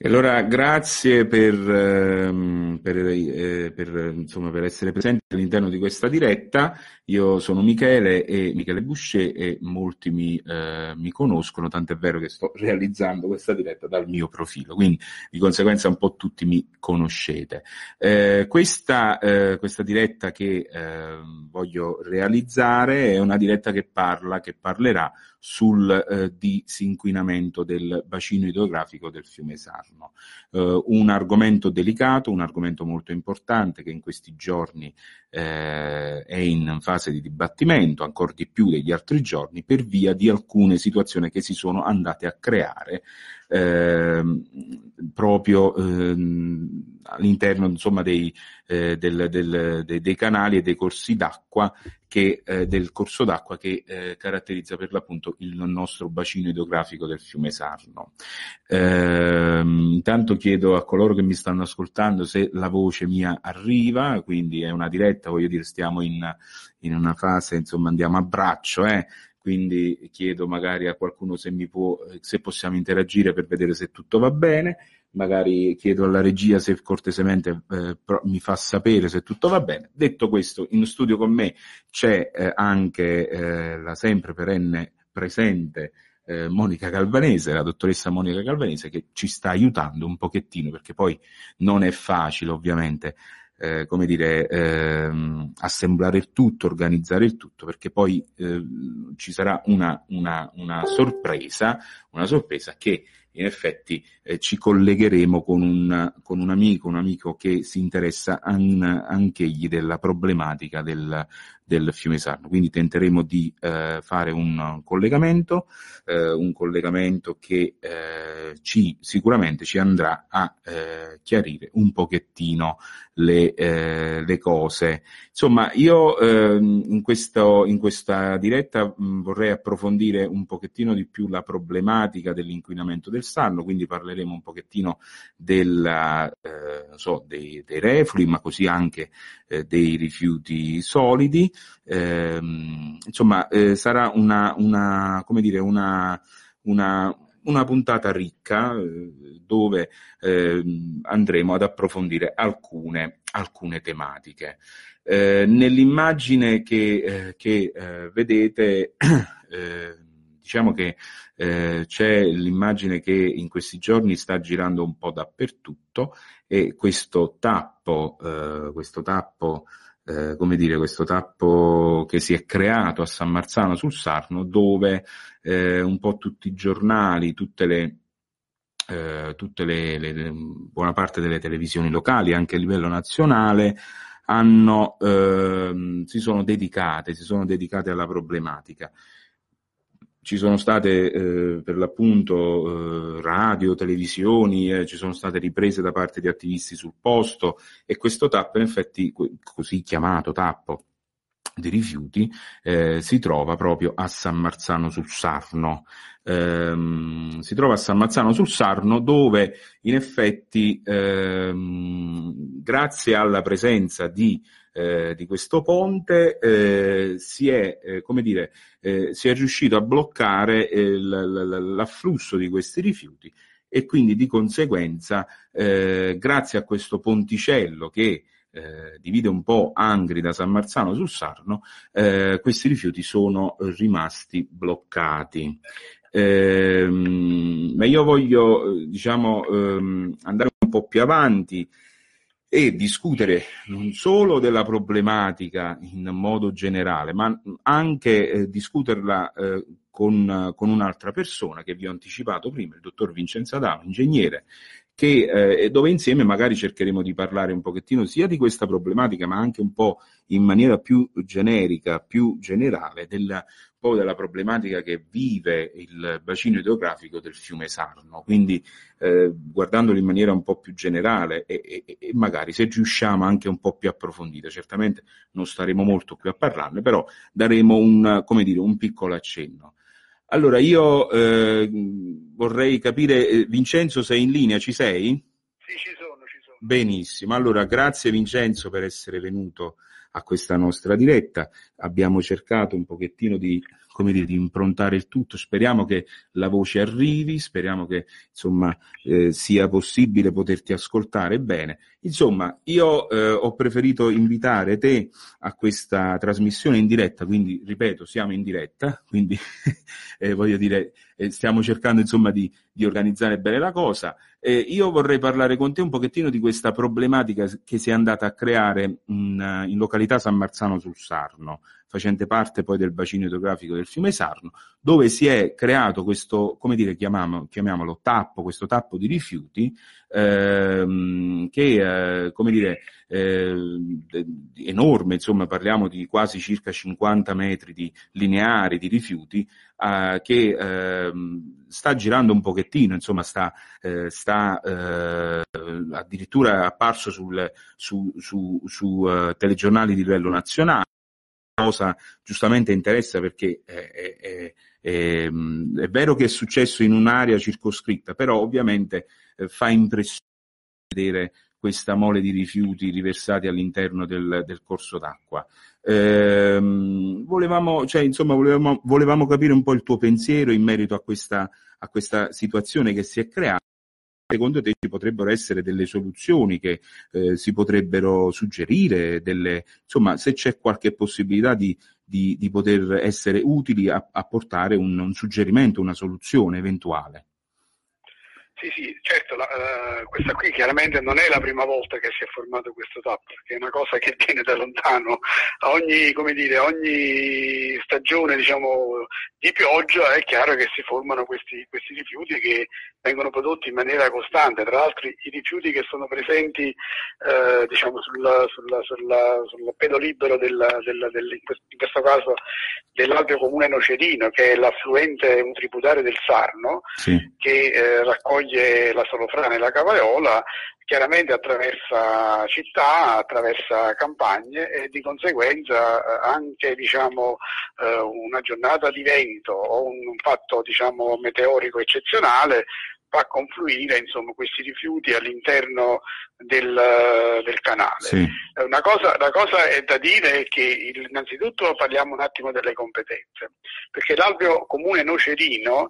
Allora, grazie insomma, per essere presenti all'interno di questa diretta. Io sono Michele Boucher, e molti mi conoscono, tant'è vero che sto realizzando questa diretta dal mio profilo, quindi di conseguenza un po' tutti mi conoscete. Questa diretta che voglio realizzare è una diretta che parlerà sul disinquinamento del bacino idrografico del fiume Sarno. Un argomento delicato, un argomento molto importante che in questi giorni è in fase di dibattimento, ancora di più degli altri giorni, per via di alcune situazioni che si sono andate a creare proprio all'interno, insomma, dei canali e dei corsi d'acqua del corso d'acqua che caratterizza per l'appunto il nostro bacino idrografico del fiume Sarno. Intanto chiedo a coloro che mi stanno ascoltando se la voce mia arriva, quindi è una diretta, voglio dire, stiamo in una fase, insomma, andiamo a braccio, quindi chiedo magari a qualcuno se possiamo interagire per vedere se tutto va bene. Magari chiedo alla regia se cortesemente mi fa sapere se tutto va bene. Detto questo, in studio con me c'è anche la sempre perenne presente Monica Calvanese, la dottoressa Monica Calvanese, che ci sta aiutando un pochettino, perché poi non è facile ovviamente assemblare il tutto, organizzare il tutto, perché poi ci sarà una sorpresa che in effetti ci collegheremo con un amico che si interessa anch'egli della problematica del fiume Sarno. Quindi tenteremo di fare un collegamento che sicuramente ci andrà a chiarire un pochettino le cose. Insomma, io in questa diretta vorrei approfondire un pochettino di più la problematica dell'inquinamento del Sarno, quindi parleremo un pochettino dei reflui, ma così anche dei rifiuti solidi. Sarà una puntata ricca dove andremo ad approfondire alcune tematiche. Nell'immagine che vedete, diciamo che c'è l'immagine che in questi giorni sta girando un po' dappertutto, e questo tappo che si è creato a San Marzano sul Sarno, dove un po' tutti i giornali, buona parte delle televisioni locali, anche a livello nazionale, si sono dedicate alla problematica. Ci sono state per l'appunto radio, televisioni, ci sono state riprese da parte di attivisti sul posto, e questo tappo, in effetti, così chiamato tappo di rifiuti, si trova proprio a San Marzano sul Sarno. Dove in effetti grazie alla presenza di questo ponte si è riuscito a bloccare l'afflusso di questi rifiuti, e quindi di conseguenza grazie a questo ponticello che divide un po' Angri da San Marzano sul Sarno, questi rifiuti sono rimasti bloccati. Ma io voglio andare un po' più avanti e discutere non solo della problematica in modo generale, ma anche discuterla con un'altra persona che vi ho anticipato prima, il dottor Vincenzo Adamo, ingegnere, dove insieme magari cercheremo di parlare un pochettino sia di questa problematica, ma anche un po' in maniera più generica, più generale, della problematica che vive il bacino idrografico del fiume Sarno, quindi guardandolo in maniera un po' più generale e magari se riusciamo anche un po' più approfondita. Certamente non staremo molto qui a parlarne, però daremo un piccolo accenno. Allora, io vorrei capire, Vincenzo, sei in linea, ci sei? Sì, ci sono. Benissimo, allora grazie Vincenzo per essere venuto a questa nostra diretta. Abbiamo cercato un pochettino di, come dire, di improntare il tutto. Speriamo che la voce arrivi, speriamo che insomma sia possibile poterti ascoltare bene. Insomma, io ho preferito invitare te a questa trasmissione in diretta, quindi ripeto, siamo in diretta, quindi voglio dire, stiamo cercando insomma di organizzare bene la cosa. Io vorrei parlare con te un pochettino di questa problematica che si è andata a creare in località San Marzano sul Sarno, facente parte poi del bacino idrografico del fiume Sarno, dove si è creato questo, come dire, chiamiamolo tappo, questo tappo di rifiuti che, come dire, enorme, insomma parliamo di quasi circa 50 metri di lineari di rifiuti, che sta girando un pochettino, insomma sta addirittura apparso su telegiornali di livello nazionale. Cosa giustamente interessa perché è vero che è successo in un'area circoscritta, però ovviamente fa impressione vedere questa mole di rifiuti riversati all'interno del corso d'acqua. Volevamo capire un po' il tuo pensiero in merito a questa situazione che si è creata. Secondo te ci potrebbero essere delle soluzioni che si potrebbero suggerire, insomma, se c'è qualche possibilità di poter essere utili a portare un suggerimento, una soluzione eventuale. Sì, certo, questa qui chiaramente non è la prima volta che si è formato questo tappo, perché è una cosa che viene da lontano. A ogni stagione, diciamo, di pioggia è chiaro che si formano questi rifiuti che vengono prodotti in maniera costante. Tra l'altro i rifiuti che sono presenti diciamo sul pedo libero in questo caso dell'Alveo Comune Nocerino, che è l'affluente, un tributario del Sarno, sì, che raccoglie la Solofrana e la Cavaiola, chiaramente attraversa città, attraversa campagne e di conseguenza anche una giornata di vento o un fatto meteorico eccezionale fa confluire questi rifiuti all'interno del canale. sì. La cosa è da dire che innanzitutto parliamo un attimo delle competenze, perché l'Alveo Comune Nocerino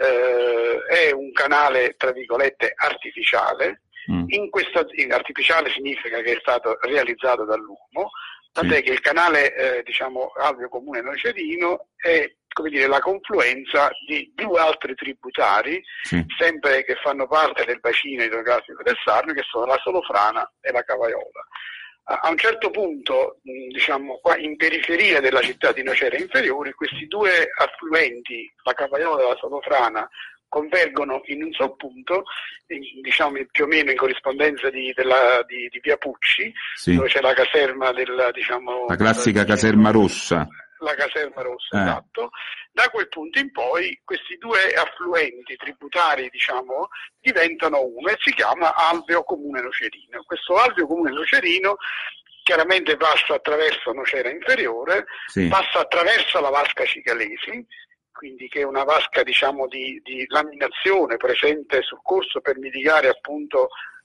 è un canale tra virgolette artificiale. Artificiale significa che è stato realizzato dall'uomo, tant'è che il canale Alveo Comune Nocerino è la confluenza di due altri tributari, sempre che fanno parte del bacino idrografico del Sarno, che sono la Solofrana e la Cavaiola. A un certo punto, qua in periferia della città di Nocera Inferiore, questi due affluenti, la Cavaiola e la Solofrana, convergono in un sol punto, più o meno in corrispondenza di via Pucci, dove c'è la caserma la classica caserma rossa. La caserma rossa, esatto. Da quel punto in poi questi due affluenti tributari, diventano uno e si chiama Alveo Comune Nocerino. Questo Alveo Comune Nocerino chiaramente passa attraverso Nocera Inferiore, passa attraverso la vasca Cicalesi, quindi che è una vasca di laminazione presente sul corso per mitigare appunto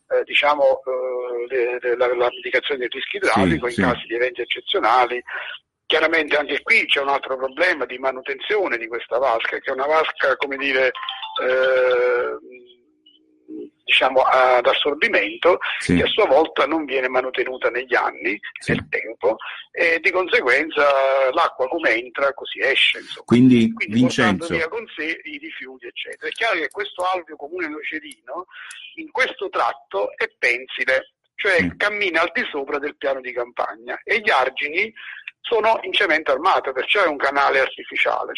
la mitigazione del rischio idraulico in casi di eventi eccezionali. Chiaramente anche qui c'è un altro problema di manutenzione di questa vasca, che è una vasca ad assorbimento, che a sua volta non viene manutenuta negli anni, nel tempo, e di conseguenza l'acqua come entra così esce, quindi portando via con sé i rifiuti eccetera. È chiaro che questo Alveo Comune Nocerino in questo tratto è pensile, cioè cammina al di sopra del piano di campagna, e gli argini sono in cemento armato, perciò è un canale artificiale,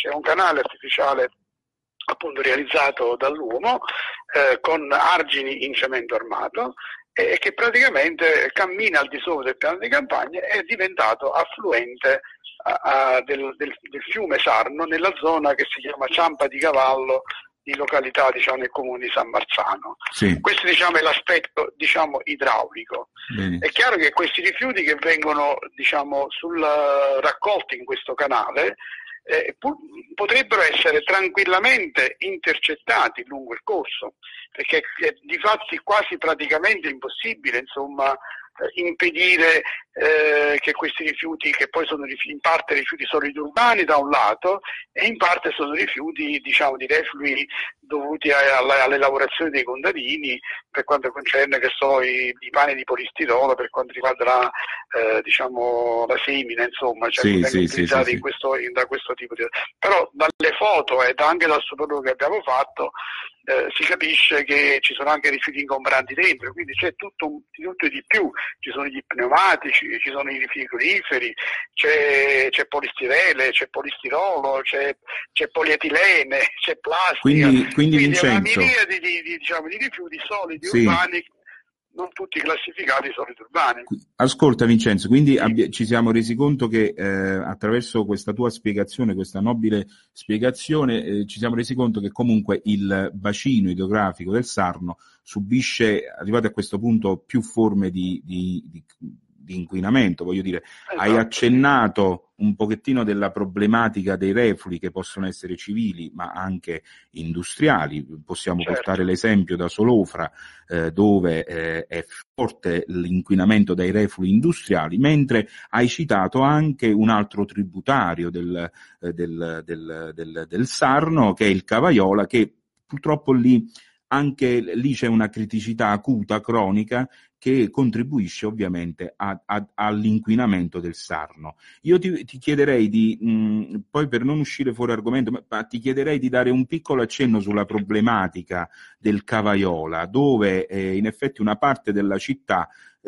appunto realizzato dall'uomo con argini in cemento armato, e che praticamente cammina al di sopra del piano di campagna, e è diventato affluente del fiume Sarno nella zona che si chiama Ciampa di Cavallo, di località nel comune di San Marzano. Questo è l'aspetto idraulico. Bene. È chiaro che questi rifiuti che vengono raccolti in questo canale potrebbero essere tranquillamente intercettati lungo il corso, perché è difatti quasi praticamente impossibile impedire che questi rifiuti, che poi sono in parte rifiuti solidi urbani da un lato e in parte sono rifiuti, diciamo, di reflui dovuti alle lavorazioni dei contadini per quanto concerne, che so, i pani di polistirolo, per quanto riguarda la semina, insomma, cioè vengono utilizzati da questo tipo di... Però dalle foto e anche dal sopralluogo che abbiamo fatto si capisce che ci sono anche rifiuti ingombranti dentro, quindi c'è tutto e di più, ci sono gli pneumatici, ci sono i frigoriferi, c'è polistirele, c'è polistirolo, c'è polietilene, c'è plastica, quindi Vincenzo, è una miriade di rifiuti solidi urbani, non tutti classificati solidi urbani. Ascolta Vincenzo, quindi ci siamo resi conto che attraverso questa tua spiegazione, questa nobile spiegazione, ci siamo resi conto che comunque il bacino idrografico del Sarno subisce, arrivati a questo punto, più forme di inquinamento, voglio dire. Esatto. Hai accennato un pochettino della problematica dei reflui che possono essere civili ma anche industriali. Possiamo portare l'esempio da Solofra, dove è forte l'inquinamento dai reflui industriali, mentre hai citato anche un altro tributario del Sarno, che è il Cavaiola, che purtroppo anche lì c'è una criticità acuta, cronica, che contribuisce ovviamente all'inquinamento del Sarno. Io ti chiederei poi, per non uscire fuori argomento, ma ti chiederei di dare un piccolo accenno sulla problematica del Cavaiola, dove in effetti una parte della città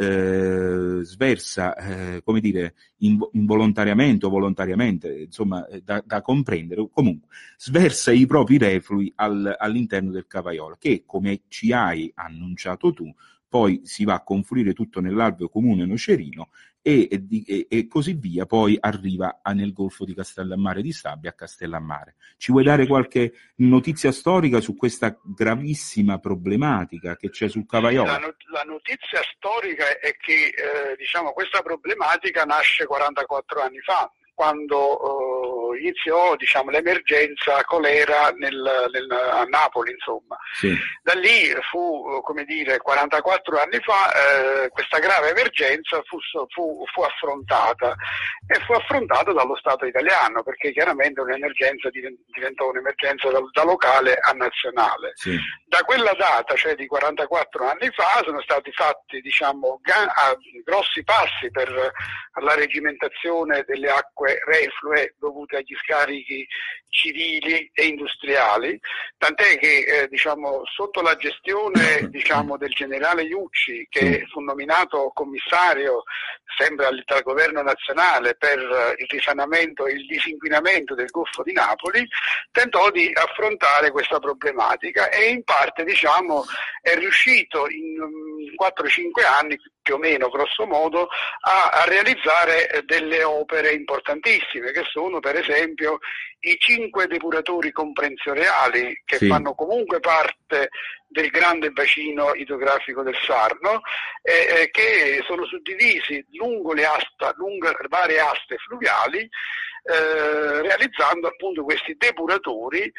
sversa, come dire, involontariamente o volontariamente, insomma, da comprendere, comunque sversa i propri reflui all'interno del Cavaiola, che, come ci hai annunciato tu, poi si va a confluire tutto nell'alveo comune Nocerino e così via, poi arriva nel Golfo di Castellammare di Stabia, a Castellammare. Ci vuoi dare qualche notizia storica su questa gravissima problematica che c'è sul Cavaiola? La notizia storica è che questa problematica nasce 44 anni fa, quando iniziò l'emergenza colera a Napoli, insomma. Sì. Da lì fu 44 anni fa, questa grave emergenza fu affrontata, e fu affrontata dallo Stato italiano, perché chiaramente un'emergenza diventò un'emergenza da locale a nazionale. Sì. Da quella data, cioè di 44 anni fa, sono stati fatti grossi passi per la regimentazione delle acque reflue dovute agli scarichi civili e industriali, tant'è che sotto la gestione del generale Iucci, che fu nominato commissario sempre dal governo nazionale per il risanamento e il disinquinamento del Golfo di Napoli, tentò di affrontare questa problematica e in parte è riuscito in 4-5 anni, più o meno grosso modo, a realizzare delle opere importantissime, che sono per esempio i 5 depuratori comprensoriali che fanno comunque parte del grande bacino idrografico del Sarno, che sono suddivisi lungo le varie aste fluviali, realizzando appunto questi depuratori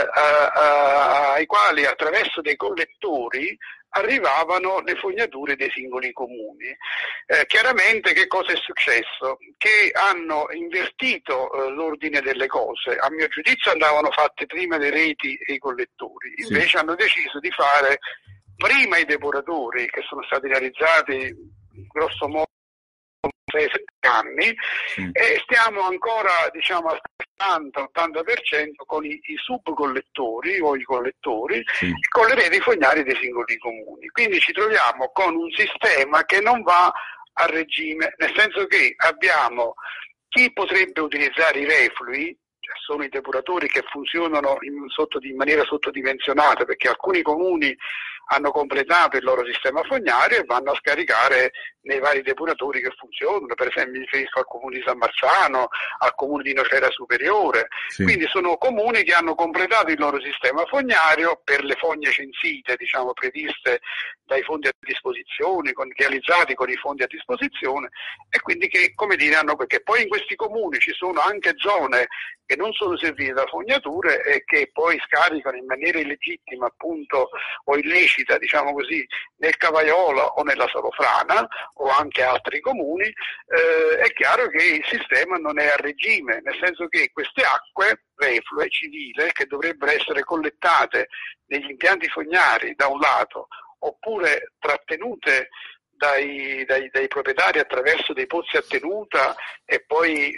ai quali, attraverso dei collettori, arrivavano le fognature dei singoli comuni. Chiaramente che cosa è successo? Che hanno invertito l'ordine delle cose. A mio giudizio andavano fatte prima le reti e i collettori, invece hanno deciso di fare prima i depuratori, che sono stati realizzati grosso modo 6-7 anni, e stiamo ancora al 70-80% con i subcollettori o i collettori, con le reti fognarie dei singoli comuni. Quindi ci troviamo con un sistema che non va a regime, nel senso che abbiamo chi potrebbe utilizzare i reflui, sono i depuratori che funzionano in maniera sottodimensionata, perché alcuni comuni hanno completato il loro sistema fognario e vanno a scaricare nei vari depuratori che funzionano. Per esempio mi riferisco al comune di San Marzano, al comune di Nocera Superiore. Quindi sono comuni che hanno completato il loro sistema fognario per le fogne censite, previste dai fondi a disposizione, realizzati con i fondi a disposizione, e quindi che, perché poi in questi comuni ci sono anche zone che non sono servite da fognature e che poi scaricano in maniera illegittima, appunto, o illecita crescita, diciamo così, nel Cavaiola o nella Solofrana o anche altri comuni, è chiaro che il sistema non è a regime, nel senso che queste acque reflue civili che dovrebbero essere collettate negli impianti fognari da un lato, oppure trattenute dai proprietari attraverso dei pozzi a tenuta e poi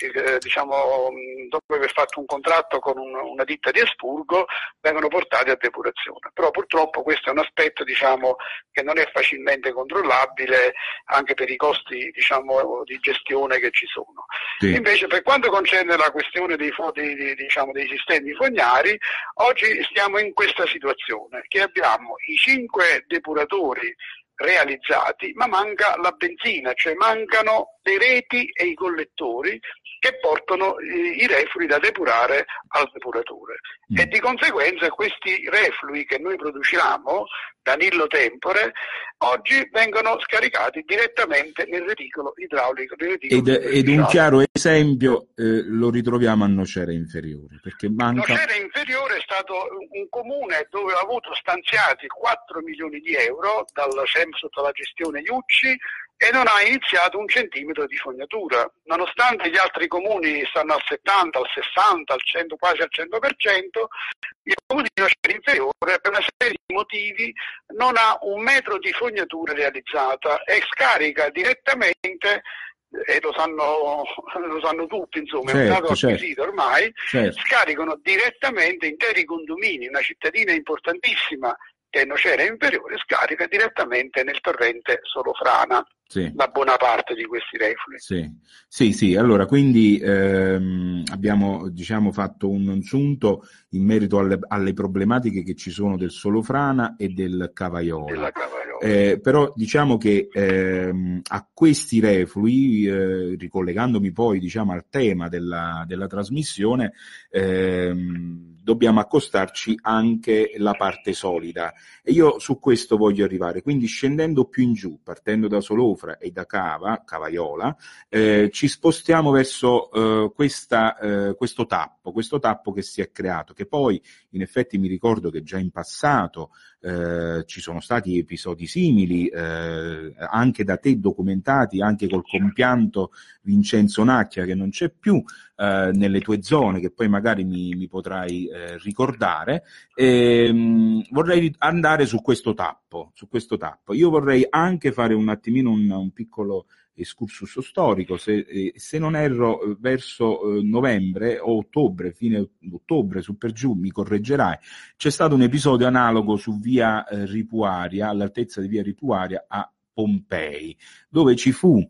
dopo aver fatto un contratto con una ditta di espurgo vengono portati a depurazione. Però purtroppo questo è un aspetto che non è facilmente controllabile anche per i costi di gestione che ci sono. Sì. Invece per quanto concerne la questione dei sistemi fognari, oggi stiamo in questa situazione che abbiamo i 5 depuratori realizzati, ma manca la benzina, cioè mancano le reti e i collettori che portano i reflui da depurare al depuratore. E di conseguenza questi reflui che noi produciamo da nillo tempore oggi vengono scaricati direttamente nel reticolo idraulico. Ed un chiaro esempio lo ritroviamo a Nocera Inferiore, perché manca... Nocera Inferiore è stato un comune dove ha avuto stanziati 4 milioni di euro sotto la gestione Iucci e non ha iniziato un centimetro di fognatura, nonostante gli altri comuni stanno al 70, al 60, al 100, quasi al 100%, il comune di Nocera Inferiore per una serie di motivi non ha un metro di fognatura realizzata e scarica direttamente, e lo sanno tutti, insomma, è un dato acquisito ormai, scaricano direttamente interi condomini, una cittadina importantissima che è Nocera Inferiore, scarica direttamente nel torrente Solofrana. Sì. La buona parte di questi reflui. Sì. Allora, quindi abbiamo fatto un sunto in merito alle problematiche che ci sono del Solofrana e del Cavaiola. Però diciamo che a questi reflui, ricollegandomi poi al tema della trasmissione, dobbiamo accostarci anche la parte solida, e io su questo voglio arrivare. Quindi scendendo più in giù, partendo da Solofrana e da Cavaiola, ci spostiamo verso questo tappo che si è creato, che poi in effetti mi ricordo che già in passato ci sono stati episodi simili, anche da te documentati, anche col compianto Vincenzo Nacchia, che non c'è più, nelle tue zone, che poi magari mi potrai ricordare. Vorrei andare su questo tappo. Io vorrei anche fare un attimino un piccolo excursus storico, se non erro verso novembre o ottobre, fine ottobre, su per giù, mi correggerai, c'è stato un episodio analogo su via Ripuaria, all'altezza di via Ripuaria a Pompei, dove ci fu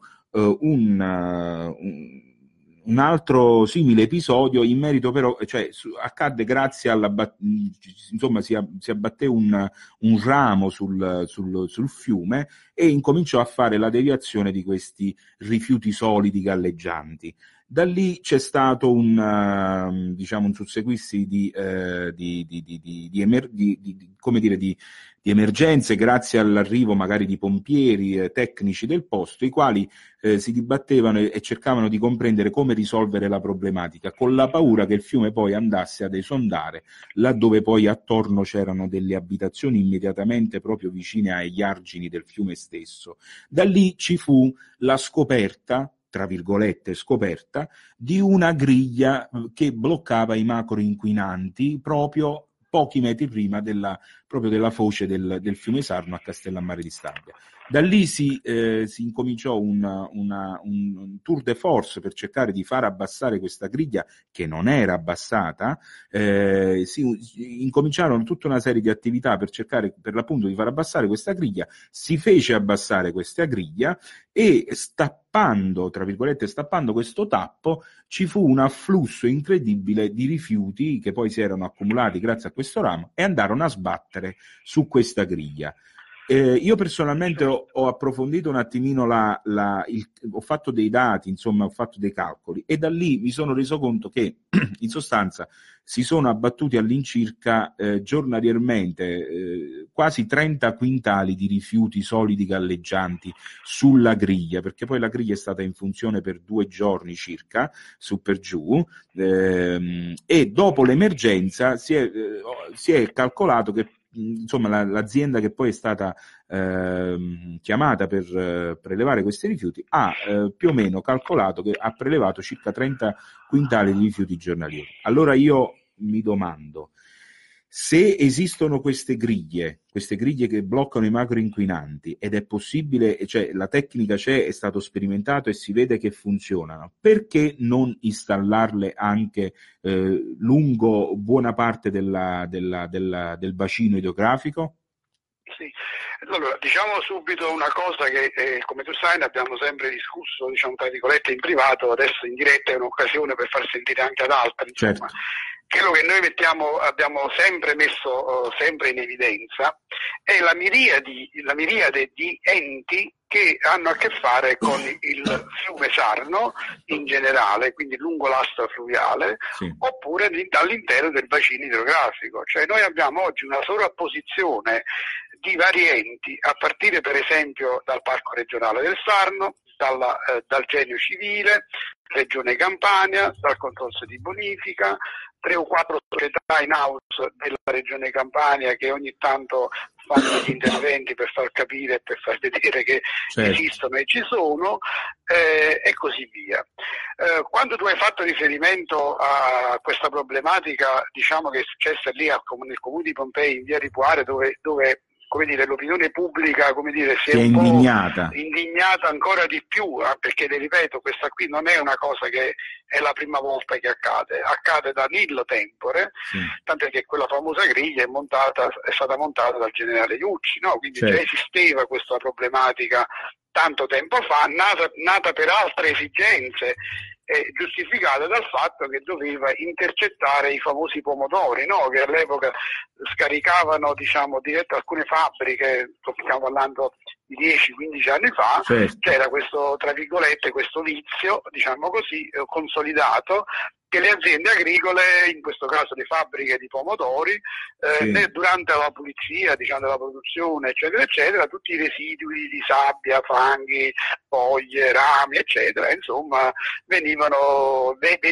un altro simile episodio in merito, però, accadde grazie si abbatté un ramo sul fiume e incominciò a fare la deviazione di questi rifiuti solidi galleggianti. Da lì c'è stato un susseguirsi di emergenze, grazie all'arrivo magari di pompieri, tecnici del posto, i quali si dibattevano e cercavano di comprendere come risolvere la problematica, con la paura che il fiume poi andasse ad esondare laddove poi attorno c'erano delle abitazioni immediatamente proprio vicine agli argini del fiume stesso. Da lì ci fu la scoperta, tra virgolette scoperta, di una griglia che bloccava i macro inquinanti proprio pochi metri prima della foce del fiume Sarno a Castellammare di Stabia. Da lì si incominciò un tour de force per cercare di far abbassare questa griglia, che non era abbassata. Si incominciarono tutta una serie di attività per cercare per l'appunto di far abbassare questa griglia. Si fece abbassare questa griglia e stappando questo tappo ci fu un afflusso incredibile di rifiuti che poi si erano accumulati grazie a questo ramo e andarono a sbattere su questa griglia. Io personalmente ho approfondito un attimino ho fatto dei dati, insomma, ho fatto dei calcoli, e da lì mi sono reso conto che in sostanza si sono abbattuti all'incirca giornaliерmente quasi 30 quintali di rifiuti solidi galleggianti sulla griglia, perché poi la griglia è stata in funzione per 2 giorni circa, su per giù, e dopo l'emergenza si è calcolato che insomma l'azienda che poi è stata chiamata per prelevare questi rifiuti ha più o meno calcolato che ha prelevato circa 30 quintali di rifiuti giornalieri. Allora io mi domando, se esistono queste griglie che bloccano i macroinquinanti ed è possibile, cioè la tecnica c'è, è stato sperimentato e si vede che funzionano, perché non installarle anche lungo buona parte del bacino idrografico? Sì, allora diciamo subito una cosa che come tu sai ne abbiamo sempre discusso, diciamo tra virgolette in privato, adesso in diretta è un'occasione per far sentire anche ad altri, insomma. Certo. Quello che noi abbiamo sempre messo sempre in evidenza è la miriade di enti che hanno a che fare con il fiume Sarno in generale, quindi lungo l'asta fluviale, sì, oppure all'interno del bacino idrografico. Cioè noi abbiamo oggi una sovrapposizione di vari enti, a partire per esempio dal Parco regionale del Sarno, dal Genio civile, Regione Campania, dal Consorzio di bonifica, 3 o 4 società in house della Regione Campania che ogni tanto fanno gli interventi per far capire e per far vedere che certo, esistono e ci sono, e così via. Quando tu hai fatto riferimento a questa problematica, diciamo che è successa lì nel comune di Pompei, in via Ripuare, dove come dire, l'opinione pubblica, come dire, si è un po' indignata ancora di più, perché ripeto, questa qui non è una cosa che è la prima volta che accade da nillo tempore, sì, tanto che quella famosa griglia è stata montata dal generale Iucci, no? Quindi certo, già esisteva questa problematica tanto tempo fa, nata per altre esigenze, giustificata dal fatto che doveva intercettare i famosi pomodori, no? Che all'epoca scaricavano, diciamo, diretto a alcune fabbriche, stiamo parlando di 10-15 anni fa, certo, c'era questo, tra virgolette, questo vizio, diciamo così, consolidato, che le aziende agricole, in questo caso le fabbriche di pomodori, sì, durante la pulizia, diciamo, della produzione, eccetera, eccetera, tutti i residui di sabbia, fanghi, foglie, rami, eccetera, insomma, venivano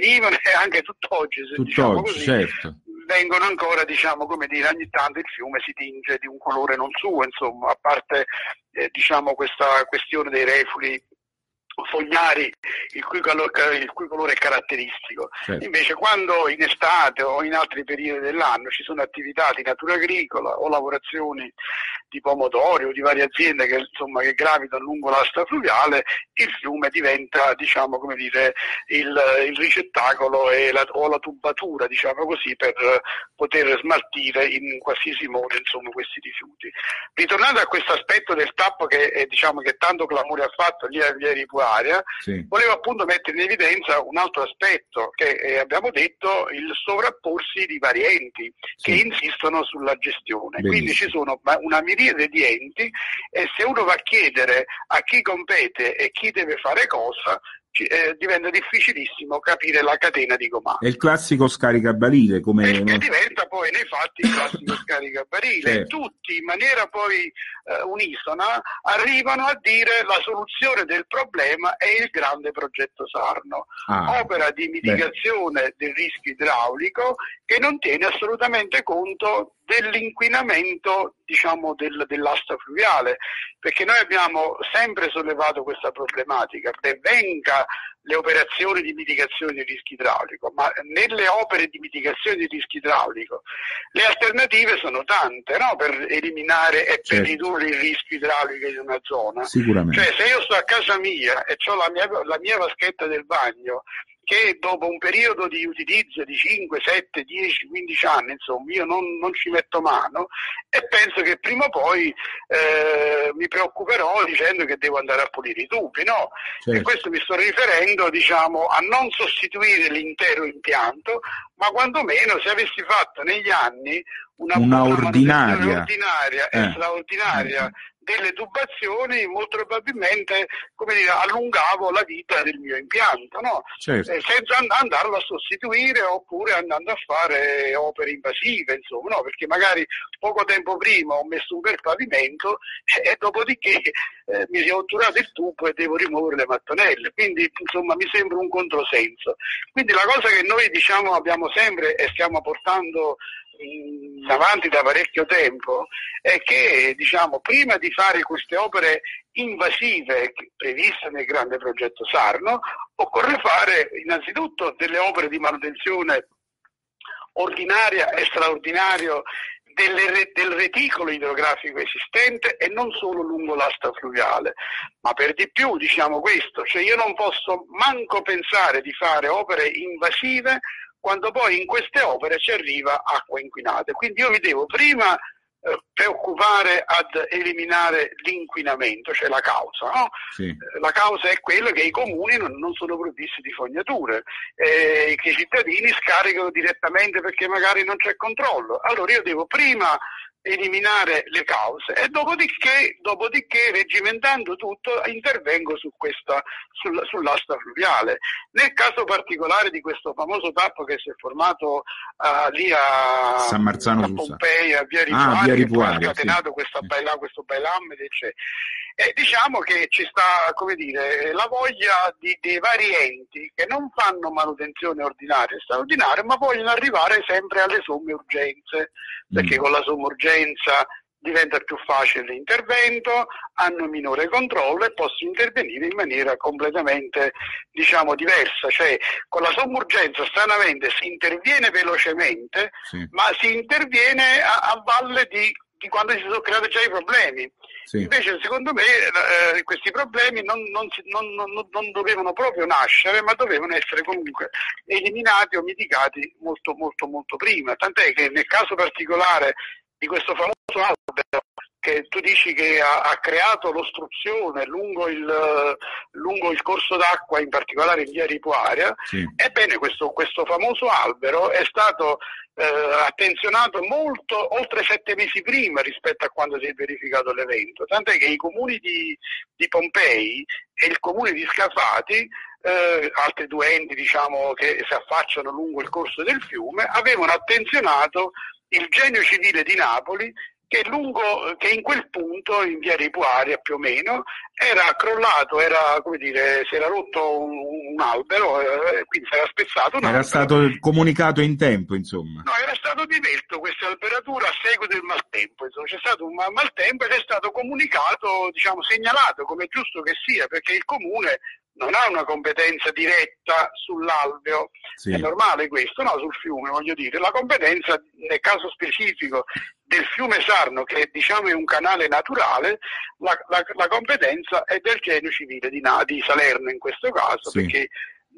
e anche tutt'oggi, diciamo così, certo, vengono ancora, diciamo, come dire, ogni tanto il fiume si tinge di un colore non suo, insomma, a parte, diciamo, questa questione dei reflui fogliari, il cui colore è caratteristico. Certo. Invece quando in estate o in altri periodi dell'anno ci sono attività di natura agricola o lavorazioni di pomodori o di varie aziende che gravitano lungo l'asta fluviale, il fiume diventa, diciamo, come dire, il ricettacolo o la tubatura, diciamo così, per poter smaltire in qualsiasi modo, insomma, questi rifiuti. Ritornando a questo aspetto del tappo che diciamo che tanto clamore ha fatto lì a Via Ripuare, sì, volevo appunto mettere in evidenza un altro aspetto che abbiamo detto, il sovrapporsi di vari enti, sì, che insistono sulla gestione. Benissimo. Quindi ci sono una miriade di enti e se uno va a chiedere a chi compete e chi deve fare cosa, diventa difficilissimo capire la catena di comando. È il classico scaricabarile, che diventa poi nei fatti il classico scaricabarile. Certo. Tutti in maniera poi unisona arrivano a dire la soluzione del problema è il grande progetto Sarno, opera di mitigazione del rischio idraulico che non tiene assolutamente conto dell'inquinamento, diciamo, dell'asta fluviale, perché noi abbiamo sempre sollevato questa problematica. Ben venga le operazioni di mitigazione del rischio idraulico, ma nelle opere di mitigazione del rischio idraulico le alternative sono tante, no? Per eliminare e per ridurre il rischio idraulico in una zona. Sicuramente. Cioè, se io sto a casa mia e ho la mia vaschetta del bagno che dopo un periodo di utilizzo di 5, 7, 10, 15 anni, insomma, io non ci metto mano e penso che prima o poi mi preoccuperò dicendo che devo andare a pulire i tubi, no? Certo. E questo mi sto riferendo, diciamo, a non sostituire l'intero impianto, ma quantomeno se avessi fatto negli anni una ordinaria e straordinaria delle tubazioni, molto probabilmente, come dire, allungavo la vita del mio impianto, no? Certo. Senza andarlo a sostituire oppure andando a fare opere invasive, insomma, no? Perché magari poco tempo prima ho messo un bel pavimento e dopodiché mi si è otturato il tubo e devo rimuovere le mattonelle, quindi insomma mi sembra un controsenso. Quindi la cosa che noi, diciamo, abbiamo sempre e stiamo portando in avanti da parecchio tempo è che, diciamo, prima di fare queste opere invasive previste nel grande progetto Sarno, occorre fare innanzitutto delle opere di manutenzione ordinaria e straordinario del reticolo idrografico esistente e non solo lungo l'asta fluviale. Ma per di più, diciamo questo, cioè io non posso manco pensare di fare opere invasive quando poi in queste opere ci arriva acqua inquinata. Quindi io mi devo prima preoccupare ad eliminare l'inquinamento, cioè la causa, no? Sì. La causa è quella che i comuni non sono provvisti di fognature, che i cittadini scaricano direttamente perché magari non c'è controllo. Allora io devo prima eliminare le cause e dopodiché reggimentando tutto intervengo sull'asta fluviale. Nel caso particolare di questo famoso tappo che si è formato lì a San Marzano a Pompei, a Via Ripuaria, che poi ha scatenato questo bailamme, diciamo che ci sta, come dire, la voglia dei vari enti che non fanno manutenzione ordinaria e straordinaria, ma vogliono arrivare sempre alle somme urgenze, perché con la somma urgenza diventa più facile l'intervento, hanno minore controllo e possono intervenire in maniera completamente, diciamo, diversa. Cioè, con la somma urgenza stranamente si interviene velocemente, sì, ma si interviene a valle di quando si sono creati già i problemi. Sì. Invece, secondo me, questi problemi non dovevano proprio nascere, ma dovevano essere comunque eliminati o mitigati molto, molto, molto prima. Tant'è che nel caso particolare di questo famoso albero che tu dici che ha creato l'ostruzione lungo il corso d'acqua, in particolare in Via Ripuaria, sì, ebbene questo famoso albero è stato attenzionato molto, oltre 7 mesi prima rispetto a quando si è verificato l'evento, tant'è che i comuni di Pompei e il comune di Scafati, altri due enti, diciamo, che si affacciano lungo il corso del fiume, avevano attenzionato il Genio Civile di Napoli che in quel punto, in Via Ripuaria più o meno, era crollato, si era rotto un albero, quindi si era spezzato un albero. Era stato comunicato in tempo, insomma. No, era stato divelto questa alberatura a seguito del maltempo, insomma, c'è stato un maltempo ed è stato comunicato, diciamo, segnalato, come è giusto che sia, perché il comune non ha una competenza diretta sull'alveo, sì, è normale questo, no? Sul fiume, voglio dire, la competenza nel caso specifico del fiume Sarno, che diciamo è un canale naturale, la competenza è del Genio Civile di Salerno in questo caso, sì, perché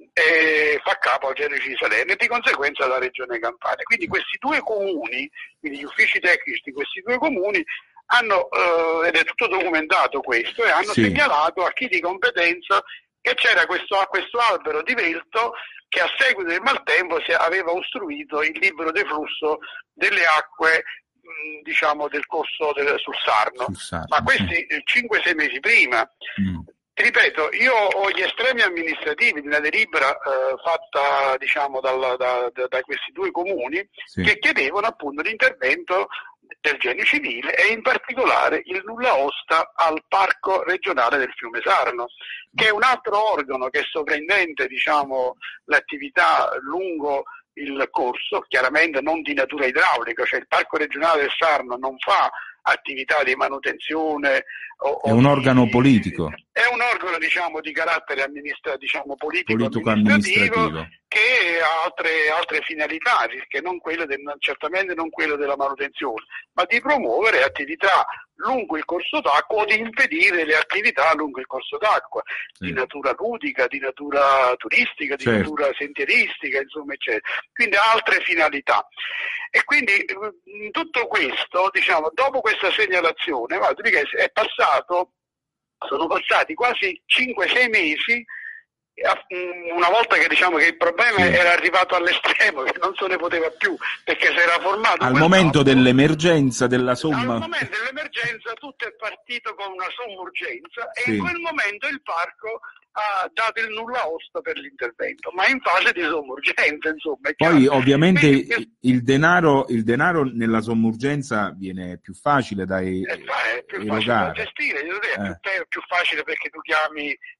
fa capo al Genio Civile di Salerno e di conseguenza alla Regione Campania. Quindi questi due comuni, quindi gli uffici tecnici di questi due comuni, hanno, ed è tutto documentato questo, e hanno, sì, segnalato a chi di competenza che c'era questo albero divelto che a seguito del maltempo aveva ostruito il libero deflusso delle acque, diciamo, del corso sul Sarno. Ma questi 5-6 mesi prima. Ti ripeto, io ho gli estremi amministrativi di una delibera fatta, diciamo, da questi due comuni, sì, che chiedevano appunto l'intervento del Genio Civile e in particolare il nulla osta al Parco regionale del fiume Sarno, che è un altro organo che sovrintende, diciamo, l'attività lungo il corso, chiaramente non di natura idraulica, cioè il Parco regionale del Sarno non fa attività di manutenzione. È un organo politico. È un organo, diciamo, di carattere politico-amministrativo che ha altre finalità, che certamente non quelle della manutenzione, ma di promuovere attività lungo il corso d'acqua o di impedire le attività lungo il corso d'acqua, sì, di natura ludica, di natura turistica, di, certo, natura sentieristica, insomma, eccetera. Quindi ha altre finalità. E quindi in tutto questo, diciamo, dopo questa segnalazione, sono passati quasi 5-6 mesi, una volta che, diciamo, che il problema, sì, era arrivato all'estremo, che non se ne poteva più, perché si era formato al momento dell'emergenza, della somma. Al momento dell'emergenza tutto è partito con una somma urgenza, sì, e in quel momento il parco ha dato il nulla osta per l'intervento, ma in fase di somma urgenza, insomma. Poi ovviamente il denaro nella somma urgenza viene più facile da è più facile da gestire, è più facile perché tu chiami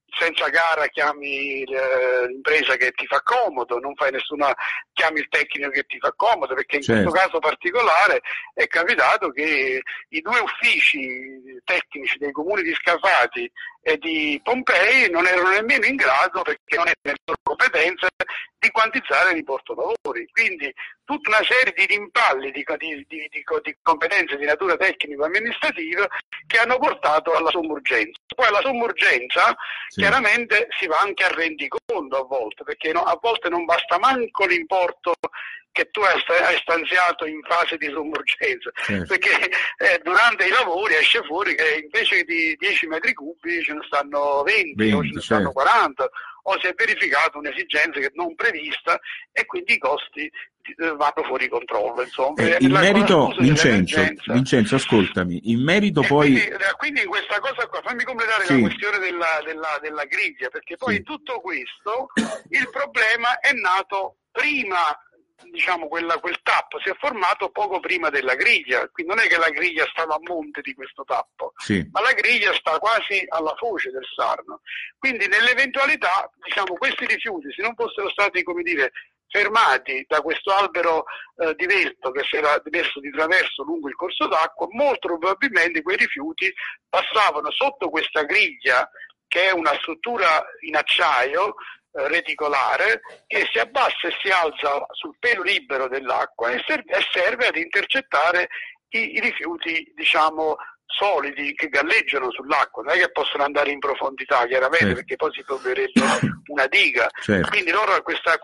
senza gara chiami l'impresa che ti fa comodo, non fai chiami il tecnico che ti fa comodo, perché in questo caso particolare è capitato che i due uffici tecnici dei comuni di Scafati e di Pompei non erano nemmeno in grado, perché non è nelle loro competenze, di quantizzare l'importo lavori. Quindi tutta una serie di rimpalli di competenze di natura tecnico-amministrativa che hanno portato alla somma urgenza. Poi alla somma urgenza chiaramente si va anche a rendiconto a volte, perché a volte non basta manco l'importo che tu hai stanziato in fase di somma urgenza, perché durante i lavori esce fuori che invece di 10 metri cubi ce ne stanno 20 o ce ne stanno 40, o si è verificata un'esigenza che non prevista e quindi i costi vanno fuori controllo. Insomma, in merito, Vincenzo, ascoltami, in merito poi... Quindi in questa cosa qua, fammi completare la questione della griglia, perché poi in tutto questo il problema è nato prima, diciamo, quel tappo si è formato poco prima della griglia, quindi non è che la griglia stava a monte di questo tappo, ma la griglia sta quasi alla foce del Sarno. Quindi nell'eventualità, diciamo, questi rifiuti, se non fossero stati, come dire, fermati da questo albero divelto che si era messo di traverso lungo il corso d'acqua, molto probabilmente quei rifiuti passavano sotto questa griglia, che è una struttura in acciaio reticolare, che si abbassa e si alza sul pelo libero dell'acqua e serve ad intercettare i rifiuti, diciamo, solidi che galleggiano sull'acqua. Non è che possono andare in profondità, chiaramente, perché poi si troverebbe una diga. Quindi loro questa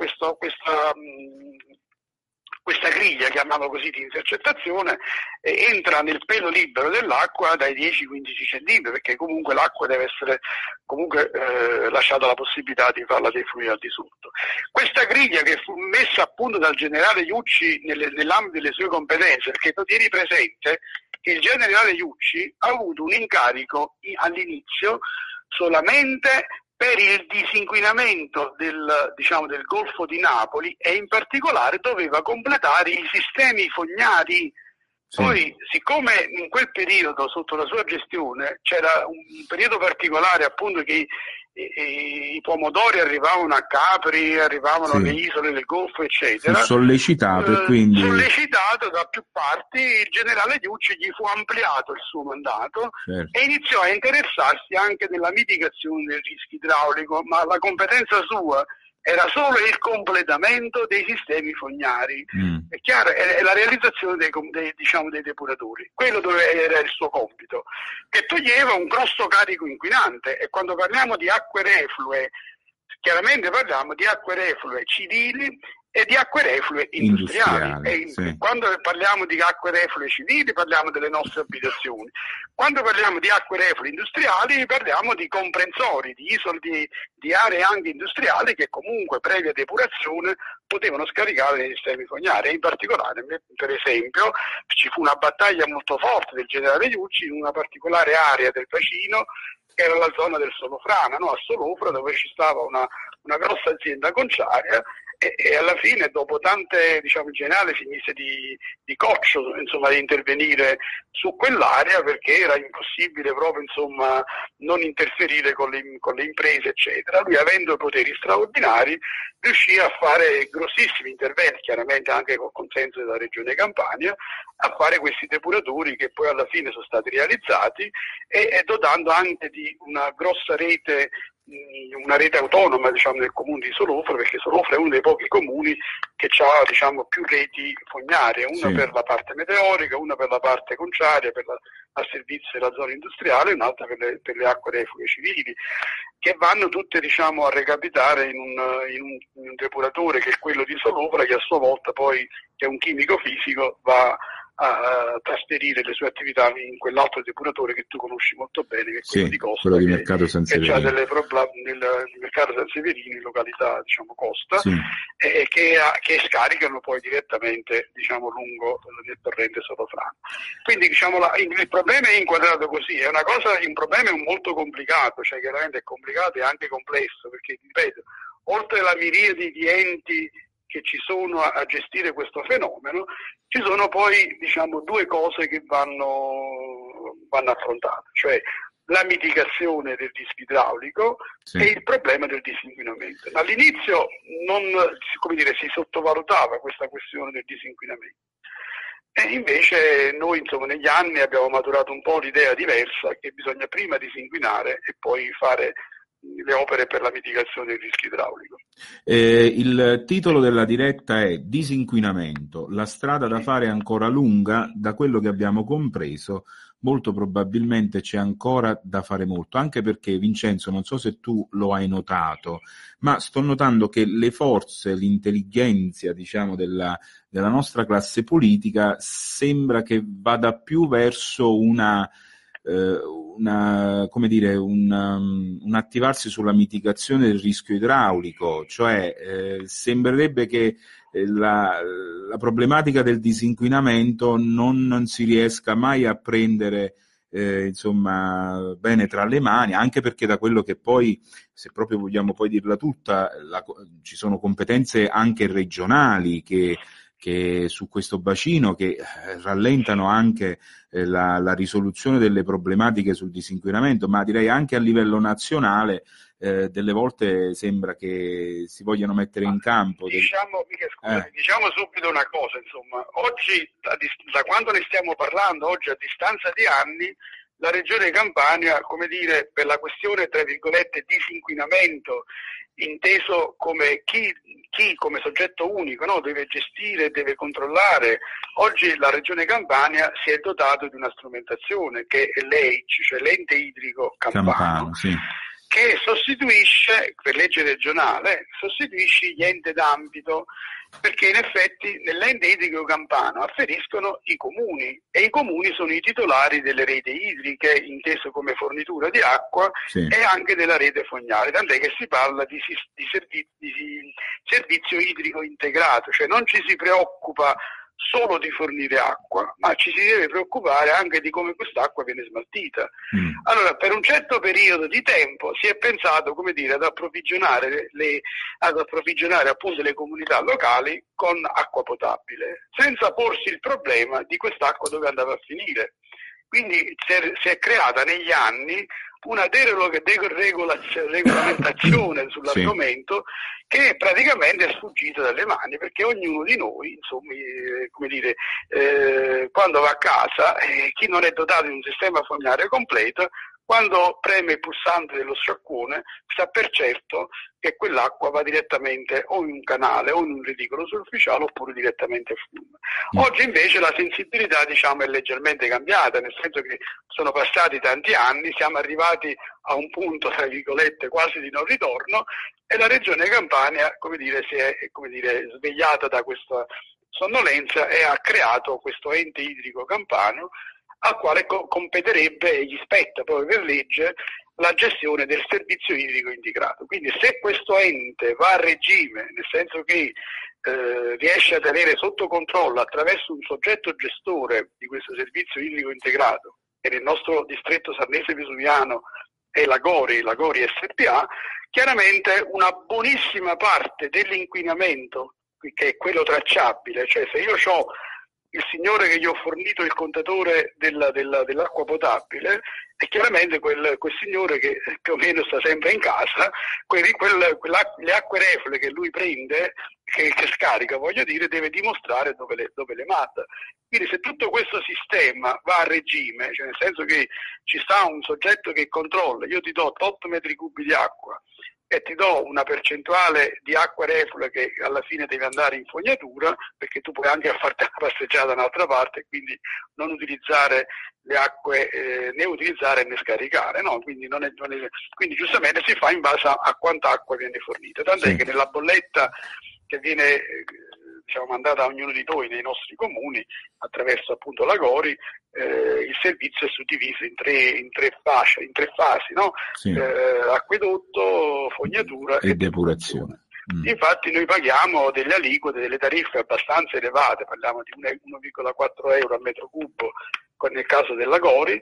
griglia, chiamiamolo così, di intercettazione, entra nel pelo libero dell'acqua dai 10-15 cm, perché comunque l'acqua deve essere comunque lasciata la possibilità di farla defluire al di sotto. Questa griglia, che fu messa appunto dal generale Iucci nell'ambito delle sue competenze, perché tu tieni presente che il generale Iucci ha avuto un incarico all'inizio solamente per il disinquinamento del Golfo di Napoli, e in particolare doveva completare i sistemi fognari. Poi, siccome in quel periodo, sotto la sua gestione, c'era un periodo particolare, appunto, che i pomodori arrivavano a Capri, arrivavano alle isole del Golfo, eccetera. Fu sollecitato e quindi... Sollecitato da più parti, il generale Iucci gli fu ampliato il suo mandato e iniziò a interessarsi anche della mitigazione del rischio idraulico, ma la competenza sua era solo il completamento dei sistemi fognari, è chiaro, è la realizzazione dei depuratori. Quello era il suo compito, che toglieva un grosso carico inquinante, e quando parliamo di acque reflue, chiaramente parliamo di acque reflue civili e di acque reflue industriali. Quando parliamo di acque reflue civili parliamo delle nostre abitazioni, quando parliamo di acque reflue industriali parliamo di comprensori, di isole, di aree anche industriali che comunque previa depurazione potevano scaricare nei sistemi fognari. E in particolare, per esempio, ci fu una battaglia molto forte del generale Iucci in una particolare area del bacino, che era la zona del Solofrana, a Solofra, dove ci stava una grossa azienda conciaria, e alla fine, dopo tante, il generale si mise di coccio, insomma, di intervenire su quell'area, perché era impossibile proprio, insomma, non interferire con le imprese, eccetera. Lui, avendo poteri straordinari, riuscì a fare grossissimi interventi, chiaramente anche col consenso della Regione Campania, a fare questi depuratori che poi alla fine sono stati realizzati, e dotando anche di una grossa rete, una rete autonoma, del comune di Solofra, perché Solofra è uno dei pochi comuni che ha, più reti fognarie, una per la parte meteorica, una per la parte conciaria, a servizio della zona industriale, e un'altra per le acque reflue civili, che vanno tutte, a recapitare in un depuratore, che è quello di Solofra, che a sua volta poi, che è un chimico fisico, va a trasferire le sue attività in quell'altro depuratore che tu conosci molto bene, che è quello di Costa, quello di Mercato San Severino, che ha delle problemi nel Mercato San Severino, in località Costa, e che scaricano poi direttamente lungo il torrente Solofrano. Quindi il problema è inquadrato così, un problema è molto complicato, chiaramente è complicato e anche complesso, perché, ripeto, oltre alla miriade di enti che ci sono a gestire questo fenomeno, ci sono poi due cose che vanno affrontate, cioè la mitigazione del rischio idraulico e il problema del disinquinamento. All'inizio si sottovalutava questa questione del disinquinamento. E invece noi negli anni abbiamo maturato un po' l'idea diversa che bisogna prima disinquinare e poi fare le opere per la mitigazione del rischio idraulico. Il titolo della diretta è Disinquinamento, la strada da fare è ancora lunga, da quello che abbiamo compreso molto probabilmente c'è ancora da fare molto, anche perché Vincenzo, non so se tu lo hai notato, ma sto notando che le forze, l'intelligenza della nostra classe politica sembra che vada più verso un attivarsi sulla mitigazione del rischio idraulico, cioè sembrerebbe che la problematica del disinquinamento non si riesca mai a prendere bene tra le mani, anche perché da quello che poi, se proprio vogliamo poi dirla tutta, ci sono competenze anche regionali che su questo bacino che rallentano anche la risoluzione delle problematiche sul disinquinamento, ma direi anche a livello nazionale delle volte sembra che si vogliano mettere in campo. Diciamo subito una cosa, oggi, da quando ne stiamo parlando, oggi a distanza di anni, la Regione Campania, per la questione, tra virgolette, disinquinamento, inteso come chi come soggetto unico, no, deve gestire, deve controllare. Oggi la Regione Campania si è dotato di una strumentazione che è l'EIC, cioè l'ente idrico campano, sì, che sostituisce, per legge regionale, gli enti d'ambito, perché in effetti nell'ente idrico campano afferiscono i comuni e i comuni sono i titolari delle reti idriche, inteso come fornitura di acqua, sì, e anche della rete fognaria, tant'è che si parla di servizio idrico integrato, cioè non ci si preoccupa solo di fornire acqua, ma ci si deve preoccupare anche di come quest'acqua viene smaltita. Allora, per un certo periodo di tempo si è pensato, ad approvvigionare appunto le comunità locali con acqua potabile, senza porsi il problema di quest'acqua dove andava a finire. Quindi si è creata negli anni una regolamentazione sull'argomento, sì, che praticamente è sfuggita dalle mani, perché ognuno di noi, quando va a casa, chi non è dotato di un sistema fognario completo, quando preme il pulsante dello sciacquone, sa per certo che quell'acqua va direttamente o in un canale o in un reticolo superficiale oppure direttamente a fiume. Oggi invece la sensibilità è leggermente cambiata, nel senso che sono passati tanti anni, siamo arrivati a un punto, tra virgolette, quasi di non ritorno, e la Regione Campania, si è svegliata da questa sonnolenza e ha creato questo ente idrico campano, al quale competerebbe e gli spetta proprio per legge la gestione del servizio idrico integrato. Quindi se questo ente va a regime, nel senso che riesce a tenere sotto controllo attraverso un soggetto gestore di questo servizio idrico integrato, e nel nostro distretto Sarnese Vesuviano è la Gori SPA, chiaramente una buonissima parte dell'inquinamento, che è quello tracciabile, cioè se io ho il signore che gli ho fornito il contatore dell'acqua potabile, e chiaramente quel signore che più o meno sta sempre in casa, le acque reflue che lui prende, che scarica, deve dimostrare dove le manda. Quindi se tutto questo sistema va a regime, cioè nel senso che ci sta un soggetto che controlla, io ti do 8 metri cubi di acqua e ti do una percentuale di acqua reflua che alla fine deve andare in fognatura, perché tu puoi anche farti una passeggiata da un'altra parte, quindi non utilizzare le acque, né utilizzare né scaricare, no? Quindi quindi giustamente si fa in base a quanta acqua viene fornita, tant'è sì, che nella bolletta che viene mandata a ognuno di noi nei nostri comuni attraverso appunto la Gori, il servizio è suddiviso in tre fasi, no? Sì. Acquedotto, fognatura e depurazione. Infatti noi paghiamo delle aliquote, delle tariffe abbastanza elevate, parliamo di 1,4 euro al metro cubo nel caso della Gori,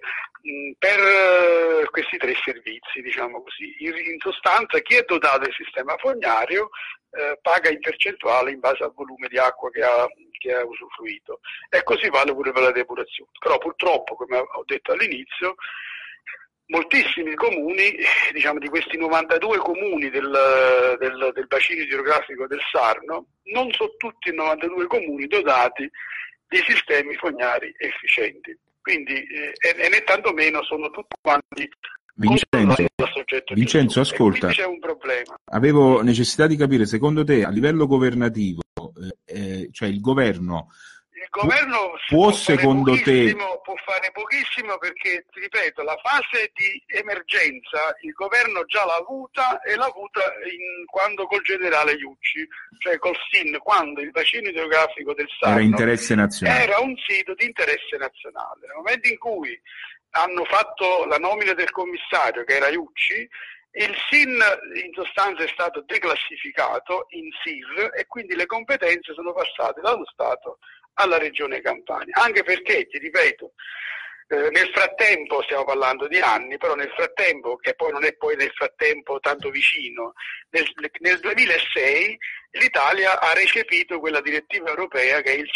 per questi tre servizi, così. In sostanza chi è dotato del sistema fognario paga in percentuale in base al volume di acqua che ha usufruito, e così vale pure per la depurazione. Però purtroppo, come ho detto all'inizio, moltissimi comuni, diciamo di questi 92 comuni del bacino idrografico del Sarno, non sono tutti i 92 comuni dotati di sistemi fognari efficienti. Quindi, e né tantomeno sono tutti quanti. Vincenzo, ascolta, c'è un problema. Avevo necessità di capire, secondo te, a livello governativo, cioè il governo può secondo te può fare pochissimo, perché ti ripeto, la fase di emergenza il governo già l'ha avuta, e l'ha avuta quando col generale Iucci, cioè col SIN, quando il bacino idrografico del Sarno era interesse nazionale, era un sito di interesse nazionale. Nel momento in cui hanno fatto la nomina del commissario, che era Iucci, il SIN in sostanza è stato declassificato in SIR, e quindi le competenze sono passate dallo Stato alla Regione Campania, anche perché, ti ripeto, nel frattempo, stiamo parlando di anni, però nel frattempo, che poi non è poi nel frattempo tanto vicino, nel 2006 l'Italia ha recepito quella direttiva europea che è il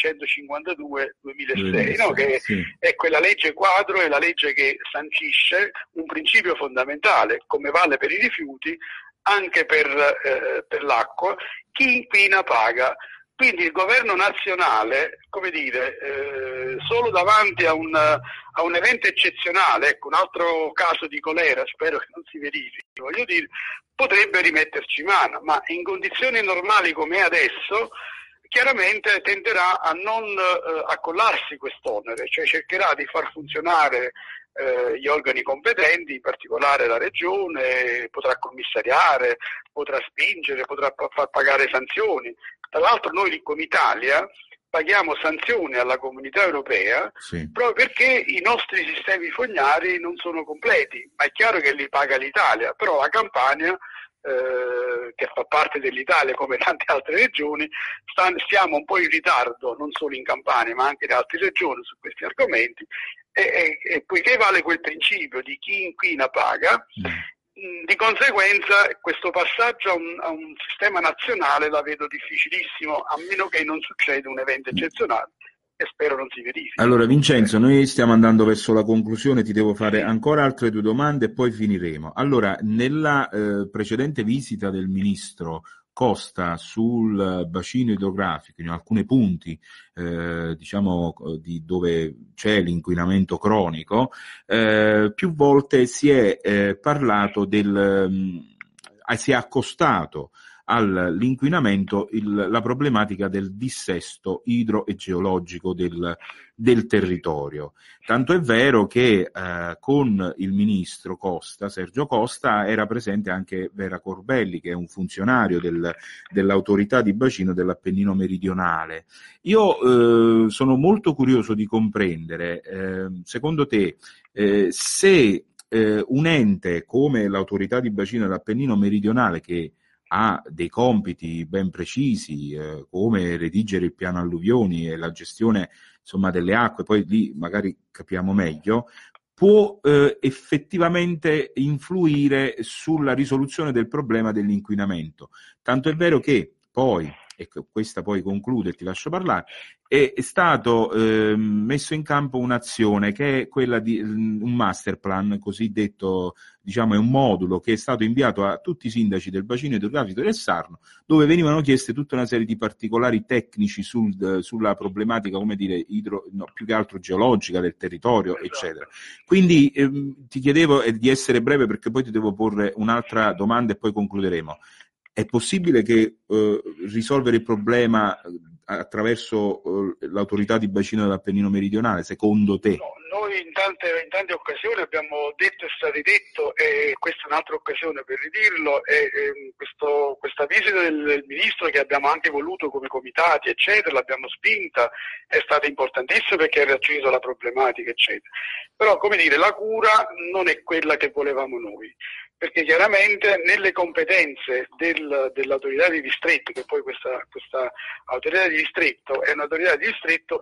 152/2006, no? Che sì, è quella legge quadro, è la legge che sancisce un principio fondamentale, come vale per i rifiuti, anche per l'acqua: chi inquina paga. Quindi il governo nazionale, come dire, solo davanti a un evento eccezionale, ecco, un altro caso di colera, spero che non si verifichi, voglio dire, potrebbe rimetterci mano, ma in condizioni normali come è adesso, chiaramente tenderà a non accollarsi quest'onere, cioè cercherà di far funzionare gli organi competenti, in particolare la Regione, potrà commissariare, potrà spingere, potrà far pagare sanzioni. Tra l'altro noi come Italia paghiamo sanzioni alla Comunità Europea, sì, proprio perché i nostri sistemi fognari non sono completi, ma è chiaro che li paga l'Italia, però la Campania, che fa parte dell'Italia come tante altre regioni, stiamo un po' in ritardo, non solo in Campania ma anche in altre regioni, su questi argomenti, e poiché vale quel principio di chi inquina paga, di conseguenza questo passaggio a un sistema nazionale la vedo difficilissimo, a meno che non succeda un evento eccezionale, e spero non si verifichi. Allora Vincenzo, noi stiamo andando verso la conclusione, ti devo fare ancora altre 2 domande e poi finiremo. Allora, nella precedente visita del ministro Costa sul bacino idrografico, in alcuni punti diciamo di dove c'è l'inquinamento cronico, più volte si è parlato si è accostato all'inquinamento la problematica del dissesto idro e geologico del territorio. Tanto è vero che con il ministro Costa, Sergio Costa, era presente anche Vera Corbelli, che è un funzionario dell'autorità di bacino dell'Appennino meridionale. Io sono molto curioso di comprendere, secondo te, se un ente come l'autorità di bacino dell'Appennino meridionale, che ha dei compiti ben precisi, come redigere il piano alluvioni e la gestione, insomma, delle acque, poi lì magari capiamo meglio, può effettivamente influire sulla risoluzione del problema dell'inquinamento. Tanto è vero che poi, e questa poi conclude e ti lascio parlare, è stato messo in campo un'azione che è quella di un master plan cosiddetto, diciamo è un modulo che è stato inviato a tutti i sindaci del bacino idrografico del Sarno, dove venivano chieste tutta una serie di particolari tecnici sulla problematica, come dire, più che altro geologica del territorio, eccetera. Quindi ti chiedevo di essere breve, perché poi ti devo porre un'altra domanda e poi concluderemo. È possibile che risolvere il problema attraverso l'autorità di bacino dell'Appennino meridionale, secondo te? No, noi in tante occasioni abbiamo detto e stridetto, e questa è un'altra occasione per ridirlo, questa visita del ministro, che abbiamo anche voluto come comitati, eccetera, l'abbiamo spinta, è stata importantissima perché ha racchiuso la problematica, eccetera. Però, come dire, la cura non è quella che volevamo noi, perché chiaramente nelle competenze dell'autorità di distretto, che poi questa autorità di distretto è un'autorità di distretto